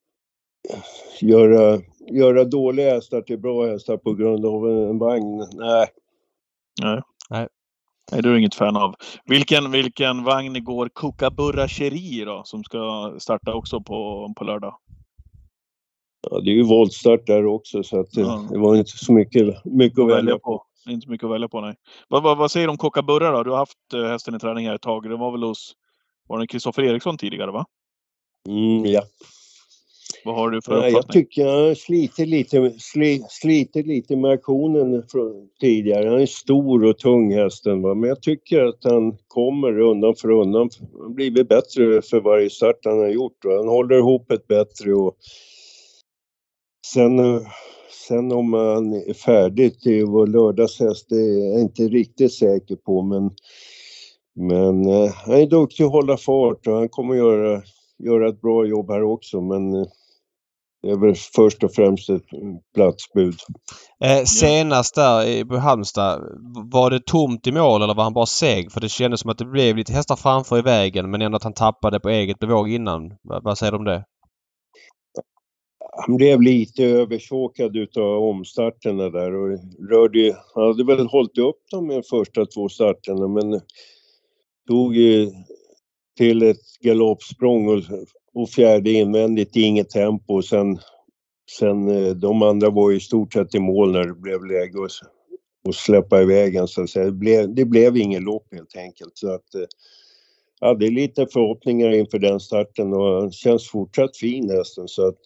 göra, göra dåliga hästar till bra hästar på grund av en vagn, nej. Nej. Nej. Nej, du är inget fan av. Vilken, vilken vagn går Kookaburra Cherie då? Som ska starta också på, på lördag. Ja, det är ju voltstart där också så att Ja. det var inte så mycket, mycket att välja på. på. Inte mycket att välja på, nej. Vad, vad, vad säger du om Kookaburra då? Du har haft uh, hästen i träning här ett tag. Det var väl hos... Var det Kristoffer Eriksson tidigare, va? Mm, ja. Vad har du för ja, uppfattning? Jag tycker han sliter lite, sli, sliter lite med aktionen från tidigare. Han är stor och tung hästen, va? Men jag tycker att han kommer undan för undan. Han har blivit bättre för varje start han har gjort. Va? Han håller ihop ett bättre och sen... Sen om han är färdig till vår lördagshäst, det är jag inte riktigt säker på. Men, men eh, han är duktig att hålla fart och han kommer göra, göra ett bra jobb här också. Men eh, det är väl först och främst ett platsbud. Eh, senast där i Halmstad, var det tomt i mål eller var han bara seg? För det kändes som att det blev lite hästar framför i vägen men ändå att han tappade på eget bevåg innan. V- vad säger du om det? Han blev lite översåkad utav omstarterna där och rörde, han hade väl hållit upp dem med de första två starterna men tog till ett galoppsprång och, och fjärde invändigt i inget tempo och sen, sen de andra var i stort sett i mål när det blev läge att, att släppa iväg en, så att säga. Det blev, det blev ingen lopp helt enkelt så att ja, det är lite förhoppningar inför den starten och den känns fortsatt fin nästan så att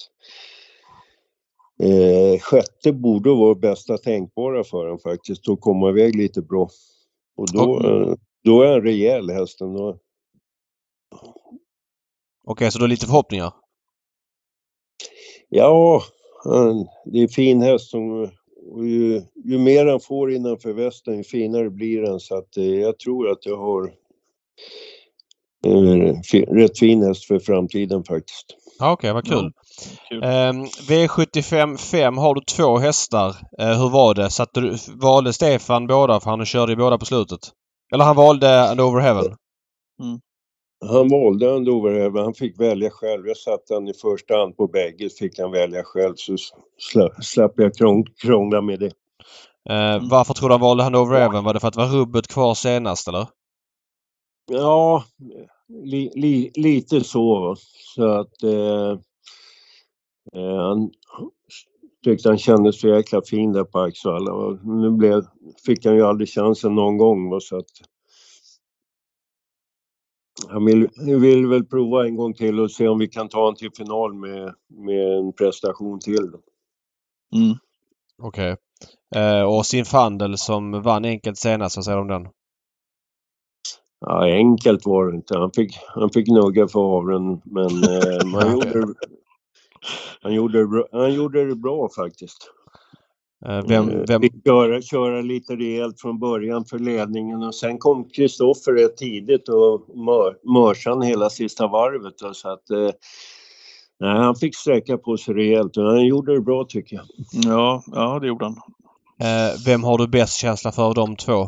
Eh, sjätte borde vara bästa tänkbara för den faktiskt att komma iväg lite bra. Och då, Okay. eh, då är en rejäl hästen. Då... Okej, okay, så då är lite förhoppningar? Ja, han, det är fin häst som, och ju, ju mer han får innanför västen ju finare blir den så att eh, jag tror att jag har eh, f- rätt fin häst för framtiden faktiskt. Okej, okay, vad kul. Ja, kul. Um, V sjuttiofem fem har du två hästar. Uh, hur var det? Satte du, valde Stefan båda för han körde ju båda på slutet? Eller han valde And Over Heaven? Mm. Han valde And Over Heaven. Han fick välja själv. Jag satte han i första hand på bägge. Fick han välja själv så slapp, slapp jag krång, krångla med det. Uh, Mm. Varför tror du han valde And Over Heaven? Var det för att det var rubbet kvar senast eller? Ja, li, li, lite så. Så att eh, han tyckte han kändes så jäkla fin där på Axevalla. Och nu blev, fick han ju aldrig chansen någon gång. Va, så att han vill, vill väl prova en gång till och se om vi kan ta honom till final med, med en prestation till. Mm. Okej. Okay. Eh, och sin Fandel som vann enkelt senast, vad säger du om den? Ja, enkelt var det inte. Han fick, han fick nugga för havren, men eh, han, gjorde, han, gjorde, han gjorde det bra faktiskt. Eh, vem, vem... Vi köra, köra lite rejält från början för ledningen och sen kom Kristoffer rätt tidigt och mör, mörsan hela sista varvet. Och så att, eh, nej, han fick sträcka på sig rejält och han gjorde det bra tycker jag. Ja, ja det gjorde han. Eh, vem har du bäst känsla för de två?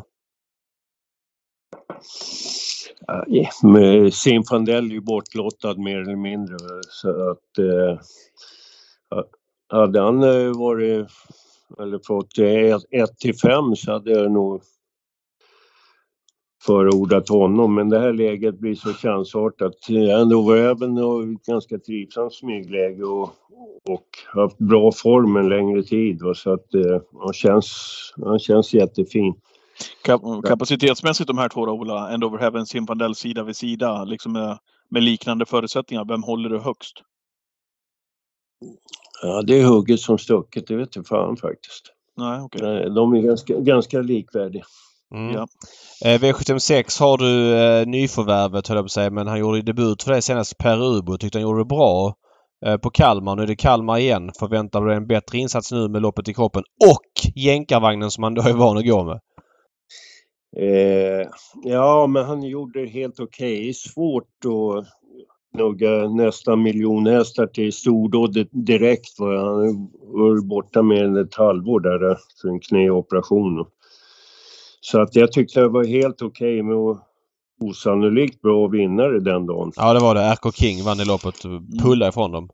Med Zinfandel är ju bortlottad mer eller mindre. Så att eh, hade han varit eller fått ett till fem så hade jag nog förordat honom. Men det här läget blir så chansartat. Ändå var även ganska trivsamt smygläge och, och haft bra form en längre tid. Så att eh, han, känns, han känns jättefin. Kap- kapacitetsmässigt de här två Ola, End Over Heaven, Zinfandel sida vid sida, liksom med, med liknande förutsättningar. Vem håller du högst? Ja, det är hugget som stucket, det vet jag fan faktiskt. Nej, okej. Okay. De är ganska, ganska likvärdiga. Mm. Ja. Eh, V sjuttiosex har du eh, nyförvärvet, höll jag på att säga, men han gjorde debut för det senast Per Ubo. Tyckte han gjorde det bra eh, på Kalmar. Nu är det Kalmar igen. Förväntar du en bättre insats nu med loppet i kroppen och jänkarvagnen som han då är van att gå med? Eh, ja, men han gjorde det helt okej. Okay. Svårt att nugga nästan miljon hästar till stordåd direkt. Var han var borta mer än ett halvår där för en knäoperation. Så att jag tyckte det var helt okej okay med osannolikt bra vinnare den dagen. Ja, det var det. R K King vann i loppet. Pulla ifrån dem.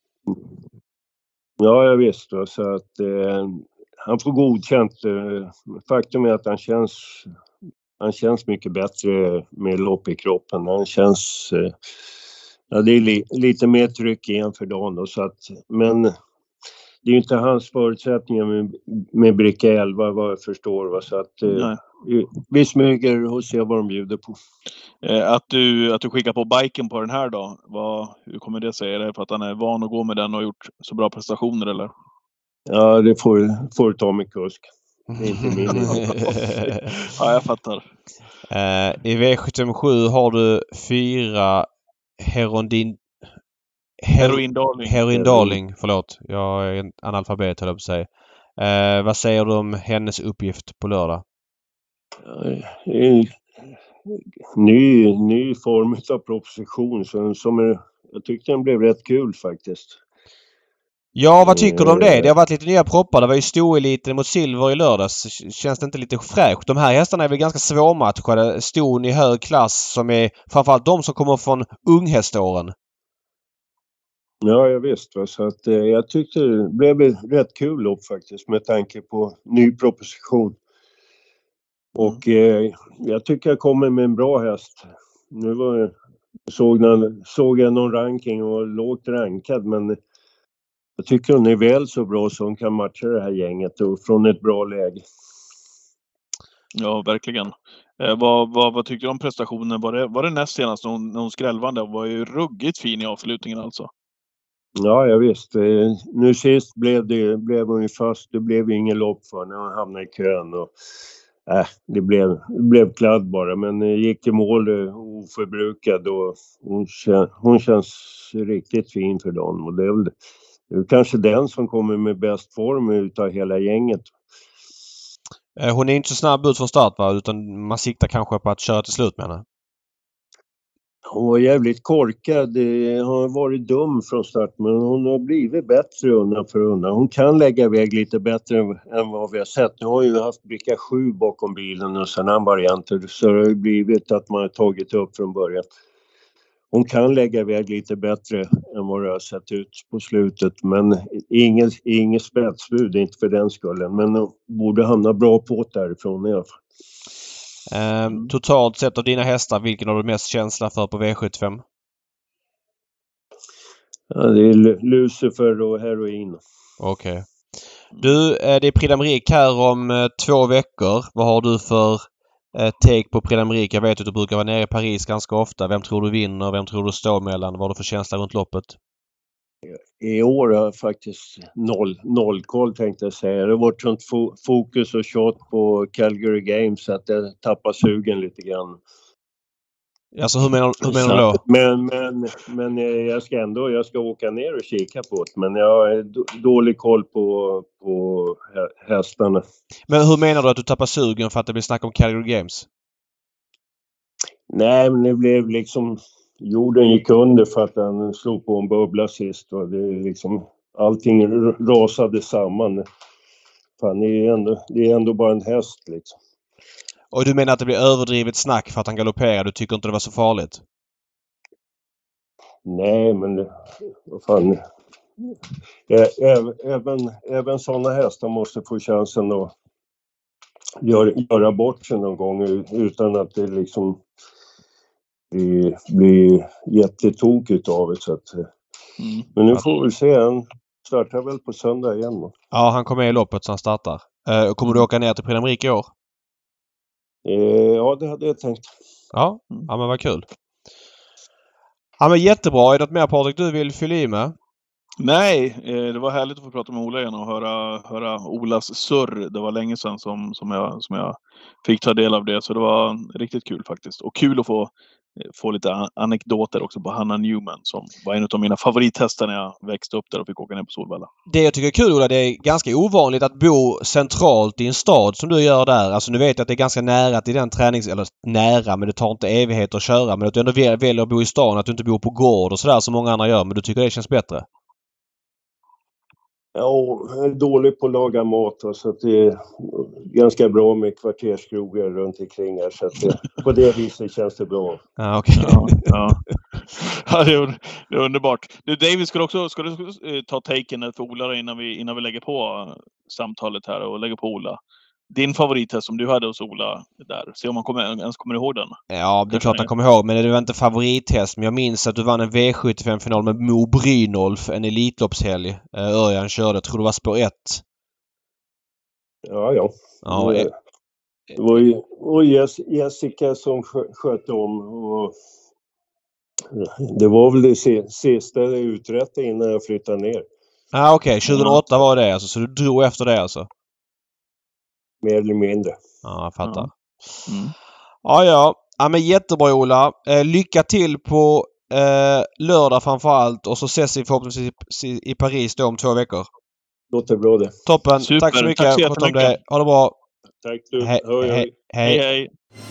Ja, jag visste. Så att eh, han får godkänt. Faktum är att han känns, han känns mycket bättre med lopp i kroppen. Han känns... Eh, ja, det är li, lite mer tryck igen för dagen. Då, så att, men det är ju inte hans förutsättningar med, med bricka elva vad jag förstår. Va? Så att eh, vi smyger och ser vad de bjuder på. Eh, att, du, att du skickar på biken på den här då, vad, hur kommer det sig? Är det för att han är van att gå med den och gjort så bra prestationer eller? Ja, det får, får du ta med kusk. Det är inte min. Ja, jag fattar. Eh, I V sjuttiosju har du fyra Herondin... Her... Heroin Darling. Heroin Darling, förlåt. Jag är en analfabet, höll jag på att säga. Eh, vad säger du om hennes uppgift på lördag? Ny, ny form av proposition som, som är, jag tyckte den blev rätt kul faktiskt. Ja, vad tycker du om det? Det har varit lite nya proppar. Det var ju stoeliten mot silver i lördags. Känns det inte lite fräscht? De här hästarna är väl ganska svårmatchade. Ston i hög klass som är framförallt de som kommer från unghäståren. Ja, jag visst. Va? Så att, eh, jag tyckte det blev rätt kul lopp faktiskt med tanke på ny proposition. Och eh, jag tycker jag kommer med en bra häst. Nu var, såg, någon, såg jag någon ranking och lågt rankad, men jag tycker hon är väl så bra som hon kan matcha det här gänget och från ett bra läge. Ja, verkligen. Eh, vad, vad, vad tyckte du om prestationen? Var det, var det näst senast när hon, när hon skrällvande? Hon var ju ruggigt fin i avslutningen alltså. Ja, jag visst. Eh, nu sist blev det blev hon ju fast. Det blev ingen lopp för när hon hamnade i kön. Och, äh, det, blev, det blev kladd bara. Men eh, gick i mål eh, oförbrukad. Och hon, hon känns riktigt fin för dem. Och det är väl det är kanske den som kommer med bäst form utav hela gänget. Hon är inte så snabb ut från start, va? Utan man siktar kanske på att köra till slut med henne. Hon var jävligt korkad. Hon har varit dum från start, men hon har blivit bättre undan för undan. Hon kan lägga iväg lite bättre än vad vi har sett. Nu har ju haft bricka sju bakom bilen och sen andra varianter. Så det har ju blivit att man har tagit upp från början. Hon kan lägga iväg lite bättre än vad det har sett ut på slutet. Men inget, inget spetsbud, inte för den skullen. Men hon borde hamna bra på därifrån i alla fall. Um, totalt sett av dina hästar, vilken har du mest känsla för på V sjuttiofem? Ja, det är Lucifer och Heroin. Okej. Du, det är Prix d'Amérique här om två veckor. Vad har du för take på Prix d'Amérique? Jag vet att du brukar vara nere i Paris ganska ofta. Vem tror du vinner? Vem tror du står mellan? Vad har du för känsla runt loppet? I år har jag faktiskt noll, noll koll tänkte jag säga. Det har varit sånt fo- fokus och shot på Calgary Games att jag tappar sugen lite grann. Alltså hur menar, hur menar du då? Men, men, men jag ska ändå jag ska åka ner och kika på det. Men jag har d- dålig koll på, på hästarna. Men hur menar du att du tappar sugen för att det blir snack om Calgary Games? Nej, men det blev liksom... Jorden gick under för att den slog på en bubbla sist. Och det är liksom... Allting rasade samman. Fan, det är ändå, det är ändå bara en häst liksom. Och du menar att det blir överdrivet snack för att han galopperar? Du tycker inte det var så farligt? Nej, men det, vad fan. Även, även, även sådana hästar måste få chansen att göra, göra bort sig någon gång utan att det liksom blir, blir jättetokigt av det. Så att, mm. Men nu får vi se. Han startar väl på söndag igen då. Ja, han kommer i loppet så han startar. Uh, kommer du åka ner till Prix d'Amérique i år? Eh, ja, det hade jag tänkt. Ja, ja men vad kul. Ja, men jättebra. Är det något mer, Patrik, du vill fylla i med? Nej, det var härligt att få prata med Ola igen och höra, höra Olas surr. Det var länge sedan som, som, jag, som jag fick ta del av det. Så det var riktigt kul faktiskt. Och kul att få, få lite anekdoter också på Hannah Newman som var en av mina favorithästar när jag växte upp där och fick åka ner på Solvalla. Det jag tycker är kul, Ola, det är ganska ovanligt att bo centralt i en stad som du gör där. Alltså nu vet jag att det är ganska nära till den tränings... Eller nära, men det tar inte evighet att köra. Men att du ändå väljer att bo i stan, att du inte bor på gård och sådär som många andra gör. Men du tycker det känns bättre? Ja, jag är dålig på att laga mat och så att det är ganska bra med kvarterskrogar runt omkring här så att det, på det viset känns det bra. Ah, okay. Ja, ja. Ja, det är, det är underbart. Du, David, ska du också ska du ta taken för Ola innan vi, innan vi lägger på samtalet här och lägger på Ola? Din favorithäst som du hade hos Ola där. Se om man kommer, ens kommer ihåg den. Ja, det är klart han kommer ihåg. Men det var inte favorithäst. Men jag minns att du vann en V sjuttiofem-final med Mo Brynolf. En elitloppshelg. Örjan körde. Jag tror det var spår ett. Ja, ja. Ja, det, det var ju och Jessica som skötte om. Och det var väl det sista uträtta innan jag flyttade ner. Ja, ah, okej. Okay. tjugohundraåtta var det alltså. Så du drog efter det alltså? Mer eller mindre. Ja, jag fattar. Ja, mm. ja, ja. Ja, men jättebra, Ola. Eh, lycka till på eh, lördag framförallt. Och så ses vi förhoppningsvis i, i Paris då om två veckor. Låter bra det. Toppen. Super. Tack så mycket. Tack så jättemycket. Det. Ha det bra. Tack du. He- hej, he- hej. hej. Hej.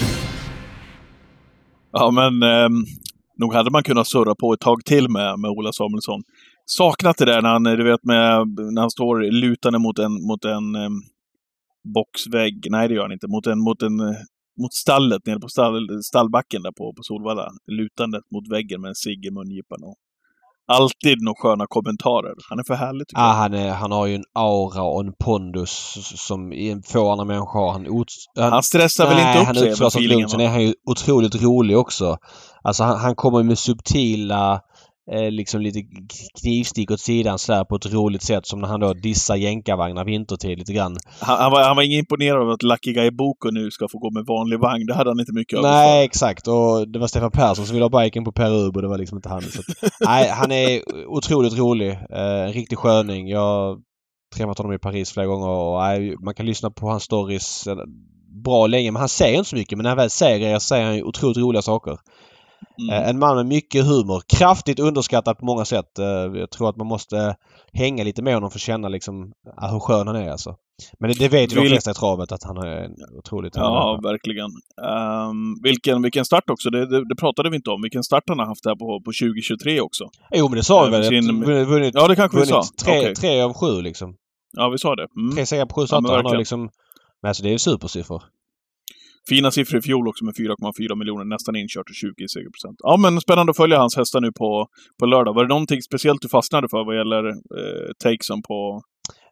Ja, men eh, nog hade man kunnat surra på ett tag till med, med Ola Samuelsson. Saknat det där när han, du vet, med, när han står lutande mot en, mot en eh, boxvägg. Nej, det gör han inte. Mot en, mot en, mot stallet nere på stall, stallbacken där på, på Solvalla. Lutandet mot väggen med en cigg i mungipan. Och alltid några sköna kommentarer. Han är för härlig tycker ah, jag. Han, är, han har ju en aura och en pondus som i få andra människor. Han, han, han stressar nej, väl inte upp han sig med feelingen. Sen är han ju otroligt rolig också. Alltså han, han kommer med subtila eh, liksom lite knivstick åt sidan så där på ett roligt sätt som när han då dissar jänkarvagnar vintertid lite grann. Han, han, var, han var ingen imponerad av att Lucky Guy Boko nu ska få gå med vanlig vagn. Det hade han inte mycket av. Nej, exakt. Och det var Stefan Persson som ville ha biken på Per Ubo och det var liksom inte han. Så att, nej, han är otroligt rolig. Eh, en riktig sköning. Jag har träffat honom i Paris flera gånger och nej, man kan lyssna på hans stories bra länge. Men han säger inte så mycket. Men när han väl säger det säger han ju otroligt roliga saker. Mm. En man med mycket humor. Kraftigt underskattad på många sätt. Jag tror att man måste hänga lite med honom för att känna liksom hur skön han är alltså. Men det, det vet ju de flesta i travet att han är otroligt Ja, humor. verkligen. Um, vilken, vilken start också. Det, det, det pratade vi inte om. Vilken start han har haft här på, på tjugo tjugotre också. Jo, men det sa vi väl. Sin... Vunnit, ja, det kanske vi sa. Tre, okay. tre av sju liksom. Ja, vi sa det. Mm. Tre segrar på sju starter. Ja, han har liksom... Men alltså det är ju supersiffror. Fina siffror i fjol också med fyra komma fyra miljoner, nästan inkört och tjugo segerprocent. Ja, men spännande att följa hans hästar nu på, på lördag. Var det någonting speciellt du fastnade för vad gäller eh, takesen på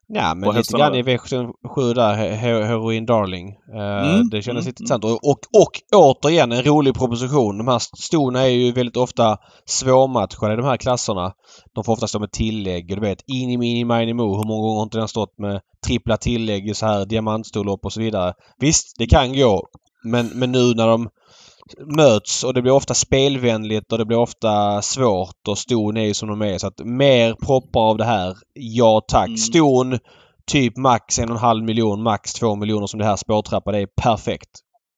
Ja, men lite grann i V sjuttiosju där, he- Heroin Darling. Uh, mm, det kändes mm, intressant. Mm. Och, och återigen en rolig proposition. De här stona är ju väldigt ofta svårmatchade i de här klasserna. De får ofta stå med tillägg. Du vet, ini, mini, mini, mo. Hur många gånger har inte den stått med trippla tillägg i så här diamantstorlopp och så vidare. Visst, det kan gå. Men, men nu när de möts och det blir ofta spelvänligt och det blir ofta svårt och ston är ju som de är. Så att mer proppar av det här. Ja tack. Mm. Ston typ max en och en halv miljon, max två miljoner som det här spårtrappa. Det är perfekt.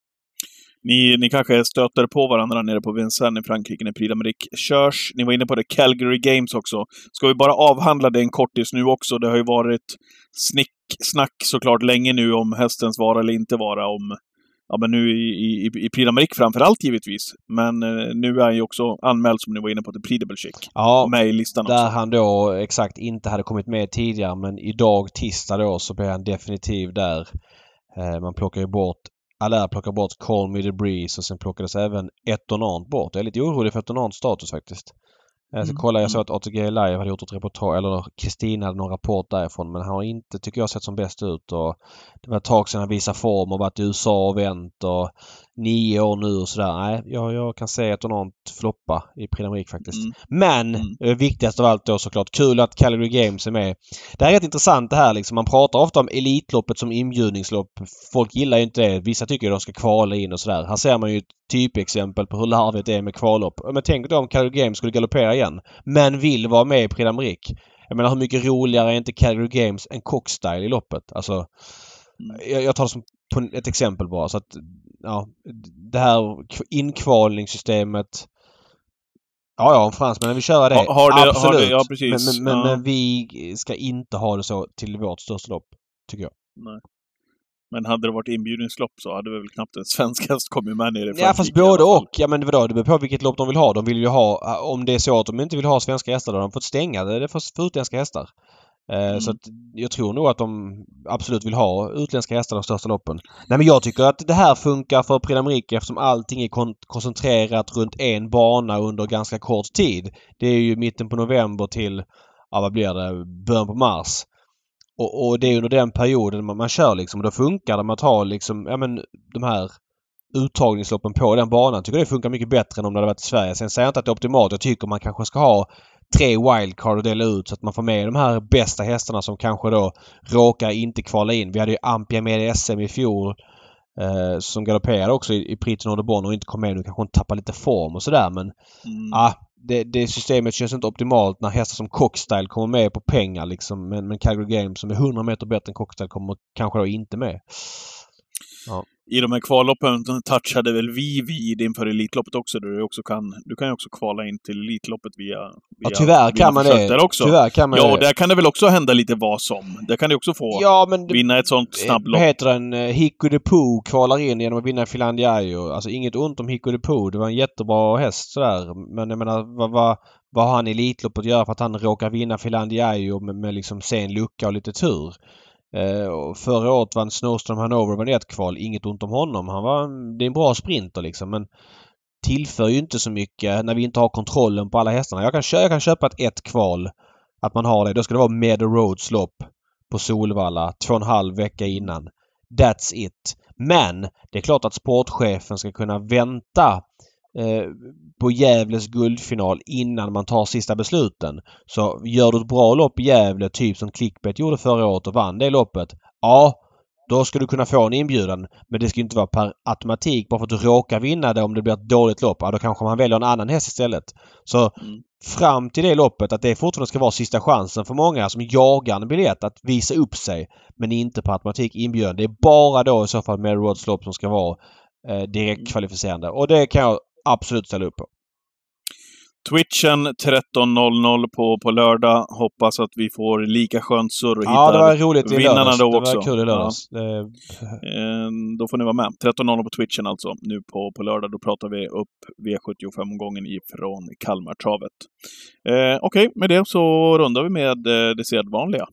Ni, ni kanske stöter på varandra nere på Vincennes i Frankrike när Prix d'Amérique körs. Ni var inne på det Calgary Games också. Ska vi bara avhandla det en kortis nu också? Det har ju varit snick, snack såklart länge nu om hästens vara eller inte vara. Om Ja, men nu i, i, i Prix d'Amérique framförallt givetvis. Men eh, nu är han ju också anmäld som ni var inne på till Prix de Belgique. Ja, med i listan där också. Han då exakt inte hade kommit med tidigare. Men idag, tisdag då, så blir han definitiv där. Eh, man plockar ju bort, alla plockar bort Call Me The Breeze och sen plockades även Etonant bort. Jag är lite orolig för Etonants status faktiskt. Jag ska kolla, jag såg att A T G Live hade gjort ett reportage, eller Kristina hade någon rapport därifrån, men han har inte, tycker jag, sett som bäst ut. Och det var ett tag sedan han visade form och varit i U S A och vänt och nio år nu och sådär. Nej, jag, jag kan säga att något floppa i Prix d'Amérique faktiskt. Mm. Men mm. viktigast av allt då såklart, kul att Calgary Games är med. Det här är rätt intressant det här liksom. Man pratar ofta om Elitloppet som inbjudningslopp. Folk gillar ju inte det. Vissa tycker att de ska kvala in och sådär. Här ser man ju ett typexempel på hur larvigt det är med kvallopp. Men tänk då om Calgary Games skulle galoppera igen. Men vill vara med i Prix d'Amérique. Jag menar, hur mycket roligare är inte Calgary Games än Cockstyle i loppet? Alltså, mm. jag, jag tar det som på ett exempel bara. Så att, ja, det här inkvalningssystemet. Ja, ja, Frans, men vi kör det. Har, har det absolut. Har det, ja, precis. Men, men, ja. men vi ska inte ha det så till vårt största lopp, tycker jag. Nej. Men hade det varit inbjudningslopp så hade väl knappt en svensk häst kommit med ner i Frankrike. Ja, fast både och. Ja, men vadå? Det beror på vilket lopp de vill ha. De vill ju ha, om det är så att de inte vill ha svenska hästar, då har de fått stänga det. Det är för, för utländska hästar. Mm. Så att jag tror nog att de absolut vill ha utländska hästar de största loppen. Nej, men jag tycker att det här funkar för Prix d'Amérique eftersom allting är kon- koncentrerat runt en bana under ganska kort tid. Det är ju mitten på november till, ja, vad blir det, början på mars. Och, och det är under den perioden man, man kör liksom. Och då funkar det med att ha liksom, ja men de här uttagningsloppen på den banan. Jag tycker det funkar mycket bättre än om det hade varit i Sverige. Sen säger jag inte att det är optimalt. Jag tycker man kanske ska ha tre wildcard att dela ut så att man får med de här bästa hästarna som kanske då råkar inte kvala in. Vi hade ju Ampia med i S M i fjol eh, som galopperade också i, i Prix de Bon och inte kom med nu. Kanske hon tappar lite form och sådär. Men mm. ah, det, det systemet känns inte optimalt när hästar som Cockstyle kommer med på pengar liksom. Men, men Calgary Games som är hundra meter bättre än Cockstyle kommer kanske då inte med. Ja. I de här kvalloppen touchade väl vi vid inför Elitloppet också. Där du, också kan, du kan ju också kvala in till Elitloppet via... via ja, tyvärr kan man det. Också. Tyvärr kan man ja, det. Och där kan det väl också hända lite vad som. Där kan du också få ja, men det, vinna ett sånt snabblopp. Vad heter den? Hiko de Poo kvalar in genom att vinna Finlandiaio. Alltså inget ont om Hiko de Poo. Det var en jättebra häst sådär. Men jag menar, vad, vad, vad har han i Elitloppet att göra för att han råkar vinna Finlandiaio med, med liksom sen lucka och lite tur? Uh, förra året vann Snowstorm Hanover var ett kval. Inget ont om honom. Han var, det är en bra sprinter liksom. Men tillför ju inte så mycket när vi inte har kontrollen på alla hästarna. Jag kan, jag kan köpa ett ett kval. Att man har det. Då ska det vara Meadow Roads lopp på Solvalla. Två och en halv vecka innan. That's it. Men det är klart att sportchefen ska kunna vänta eh, på Gävles guldfinal innan man tar sista besluten. Så gör du ett bra lopp i Gävle, typ som Clickbet gjorde förra året och vann det loppet. Ja, då ska du kunna få en inbjudan. Men det ska inte vara per automatik bara för att du råkar vinna det om det blir ett dåligt lopp. Ja, då kanske man väljer en annan häst istället. Så mm. fram till det loppet att det fortfarande ska vara sista chansen för många som jagar en biljett att visa upp sig. Men inte per automatik inbjudan. Det är bara då i så fall med Roads lopp som ska vara eh, direkt kvalificerande. Och det kan jag absolut ställa upp på. Twitchen tretton noll noll på, på lördag. Hoppas att vi får lika skönt surr och ja, hittar det var roligt i vinnarna då det också. Det var kul i lördags. Ja. Det... Eh, då får ni vara med. tretton noll noll på Twitchen alltså. Nu på, på lördag. Då pratar vi upp V sjuttiofem-omgången ifrån Kalmartravet. Eh, Okej, okay. Med det så rundar vi med eh, det sedvanliga.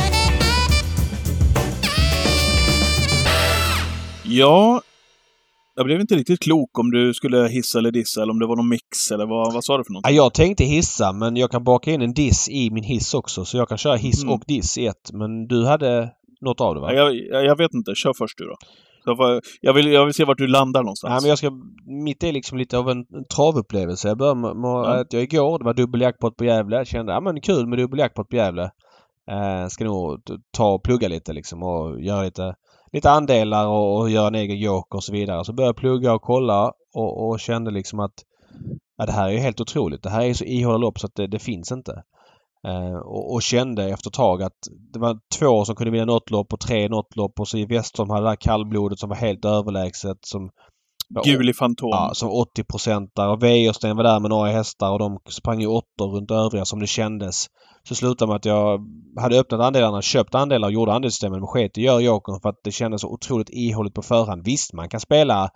Ja... Jag blev inte riktigt klok om du skulle hissa eller dissa eller om det var någon mix eller vad, vad sa du för något? Ja, jag tänkte hissa, men jag kan baka in en diss i min hiss också. Så jag kan köra hiss Mm. och diss i ett. Men du hade något av det, va? Ja, jag, jag, jag vet inte. Kör först du då. Så får- Jag vill, jag vill se vart du landar någonstans. Ja, men jag ska... Mitt är liksom lite av en, en travupplevelse. Jag börjar med, med Ja. att jag igår, det var dubbeljackpot på Gävle. Jag kände, ja men kul med dubbeljackpot på Gävle. Eh, ska nog t- ta och plugga lite liksom och göra lite, lite andelar och, och göra en egen joker och så vidare. Så började jag plugga och kolla och, och kände liksom att ja, det här är ju helt otroligt. Det här är ju så ihållande lopp så att det, det finns inte. Eh, och, och kände efter ett tag att det var två som kunde vinna något lopp och tre något lopp och så i Westholm hade det här kallblodet som var helt överlägset som Gul i Fantom. Ja, som åttio procentare och Wäjersten var där med några hästar och de sprang ju åttor runt övriga som det kändes. Så slutade med att jag hade öppnat andelarna, köpt andelar och gjorde andelsstämmen med sket i gör jokern för att det kändes så otroligt ihålligt på förhand. Visst, man kan spela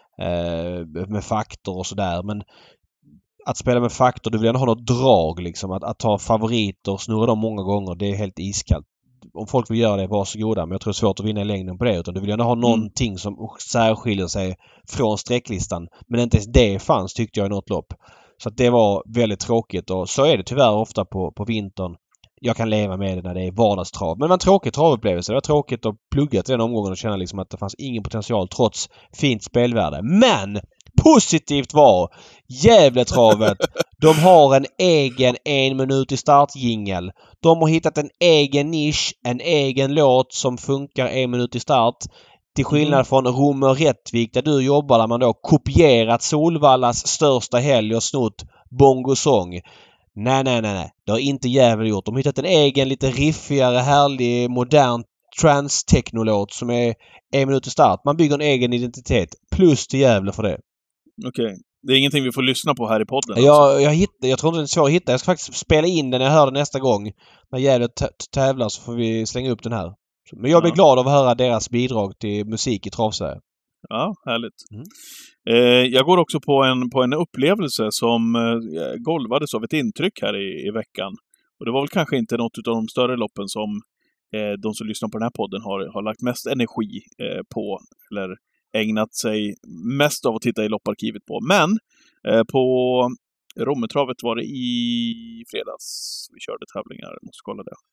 eh, med faktor och sådär men att spela med faktor, du vill gärna ha något drag liksom. Att, att ta favoriter och snurra dem många gånger, det är helt iskallt. Om folk vill göra det, varsågoda. Men jag tror det är svårt att vinna i längden på det. Utan du vill gärna ha någonting mm. som särskiljer sig från sträcklistan. Men inte ens det fanns tyckte jag i något lopp. Så att det var väldigt tråkigt. Och så är det tyvärr ofta på, på vintern. Jag kan leva med det när det är vardagstrav. Men det var en tråkig travupplevelse. Det var tråkigt att plugga till den omgången och känna liksom att det fanns ingen potential trots fint spelvärde. Men positivt var Gävletravet. De har en egen en minut i startjingel. De har hittat en egen nisch, en egen låt som funkar en minut i start. Till skillnad mm. från Romme och Rättvik där du jobbar där man då kopierat Solvallas största helg och snott bongosång. Nej, nej, nej, nej. Det har inte Gävle gjort. De har hittat en egen lite riffigare, härlig, modern trans-technolåt som är en minut i start. Man bygger en egen identitet. Plus till Gävle för det. Okej. Okay. Det är ingenting vi får lyssna på här i podden. Jag, alltså. jag, hittar, jag tror inte det är svårt att hitta. Jag ska faktiskt spela in den när jag hör den nästa gång. När Gävle t- tävlar så får vi slänga upp den här. Men jag blir ja. glad av att höra deras bidrag till musik i Travsverige. Ja, härligt. Mm. Eh, jag går också på en, på en upplevelse som eh, golvades av ett intryck här i, i veckan. Och det var väl kanske inte något av de större loppen som eh, de som lyssnar på den här podden har, har lagt mest energi eh, på. Eller ägnat sig mest av att titta i lopparkivet på. Men eh, på Rommetravet var det i fredags vi körde tävlingar. Jag måste kolla det.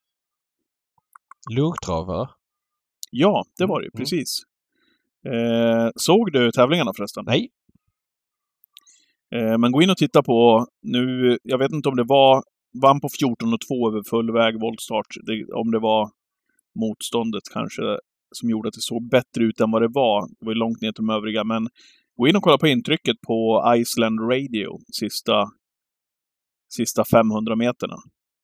Lugtrav, va? Ja, det var det ju. Mm. Precis. Eh, såg du tävlingarna förresten? Nej. Eh, men gå in och titta på nu, jag vet inte om det var vann på fjorton och två över full väg voltstart. Det, om det var motståndet kanske som gjorde att det såg bättre ut än vad det var. Det var ju långt ner till de övriga, men gå in och kolla på intrycket på Iceland Radio sista, sista femhundra meterna.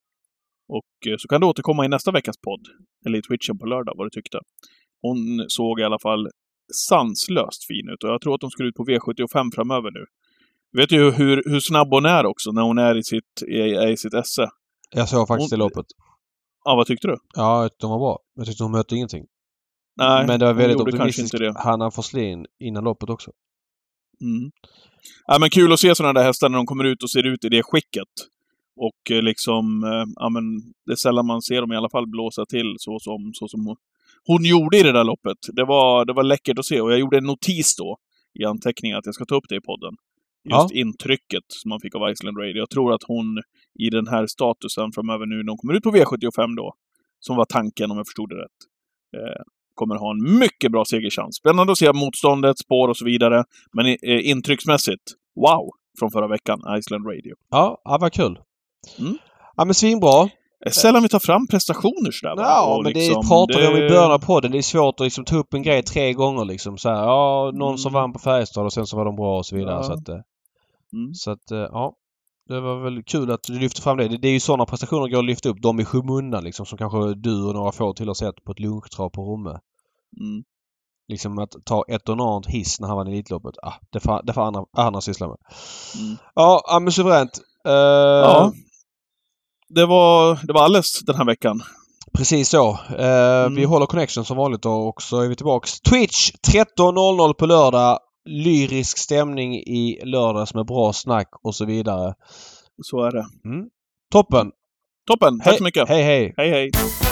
Och så kan du återkomma i nästa veckas podd, eller i Twitchen på lördag, vad du tyckte. Hon såg i alla fall sanslöst fin ut och jag tror att de ska ut på V sjuttiofem framöver nu. Du vet ju hur, hur snabb hon är också när hon är i sitt, är i sitt esse. Jag såg faktiskt hon... det loppet. Ja, vad tyckte du? Ja, de var bra. Jag tyckte hon mötte ingenting. Nej, men det var väldigt optimistiskt. Hanna Forslin innan loppet också. Mm. Ja, men kul att se sådana där hästar när de kommer ut och ser ut i det skicket. Och liksom, ja men det är sällan man ser dem i alla fall blåsa till så som, så som hon gjorde i det där loppet. Det var, det var läckert att se och jag gjorde en notis då i anteckningar att jag ska ta upp det i podden. Just ja. Intrycket som man fick av Iceland Radio. Jag tror att hon i den här statusen framöver nu, när de kommer ut på V sjuttiofem då, som var tanken om jag förstod det rätt, eh, kommer ha en mycket bra segerchans. Spännande att se motståndet, spår och så vidare. Men eh, intrycksmässigt, wow, från förra veckan, Iceland Radio. Ja, ja vad kul. Mm. Ja, men svinbra. Sällan vi tar fram prestationer sådär. Ja, och men liksom, det pratade vi det... om i början av podden. Det är svårt att liksom ta upp en grej tre gånger liksom. Så här, ja, någon mm. som vann på Färjestad och sen så var de bra och så vidare. Ja. Så att, mm. så att, ja. Det var väl kul att du lyfte fram det. Det, det är ju sådana prestationer går att lyfta upp. De i skymundan liksom, som kanske du och några få till har sett på ett lunchtrav på Romme. Mm. Liksom att ta ett och annat hiss när han vann i Elitloppet. Ah, det får, det får andra, andra syssla med. Mm. Ja, ja, men suveränt. Uh, ja. Det var, det var alldeles den här veckan. Precis så. Uh, mm. Vi håller connection som vanligt och så är vi tillbaks. Twitch tretton noll noll på lördag. Lyrisk stämning i lördags med bra snack och så vidare. Så är det. Mm. Toppen! Toppen! Tack hej, så mycket! Hej hej! Hej hej!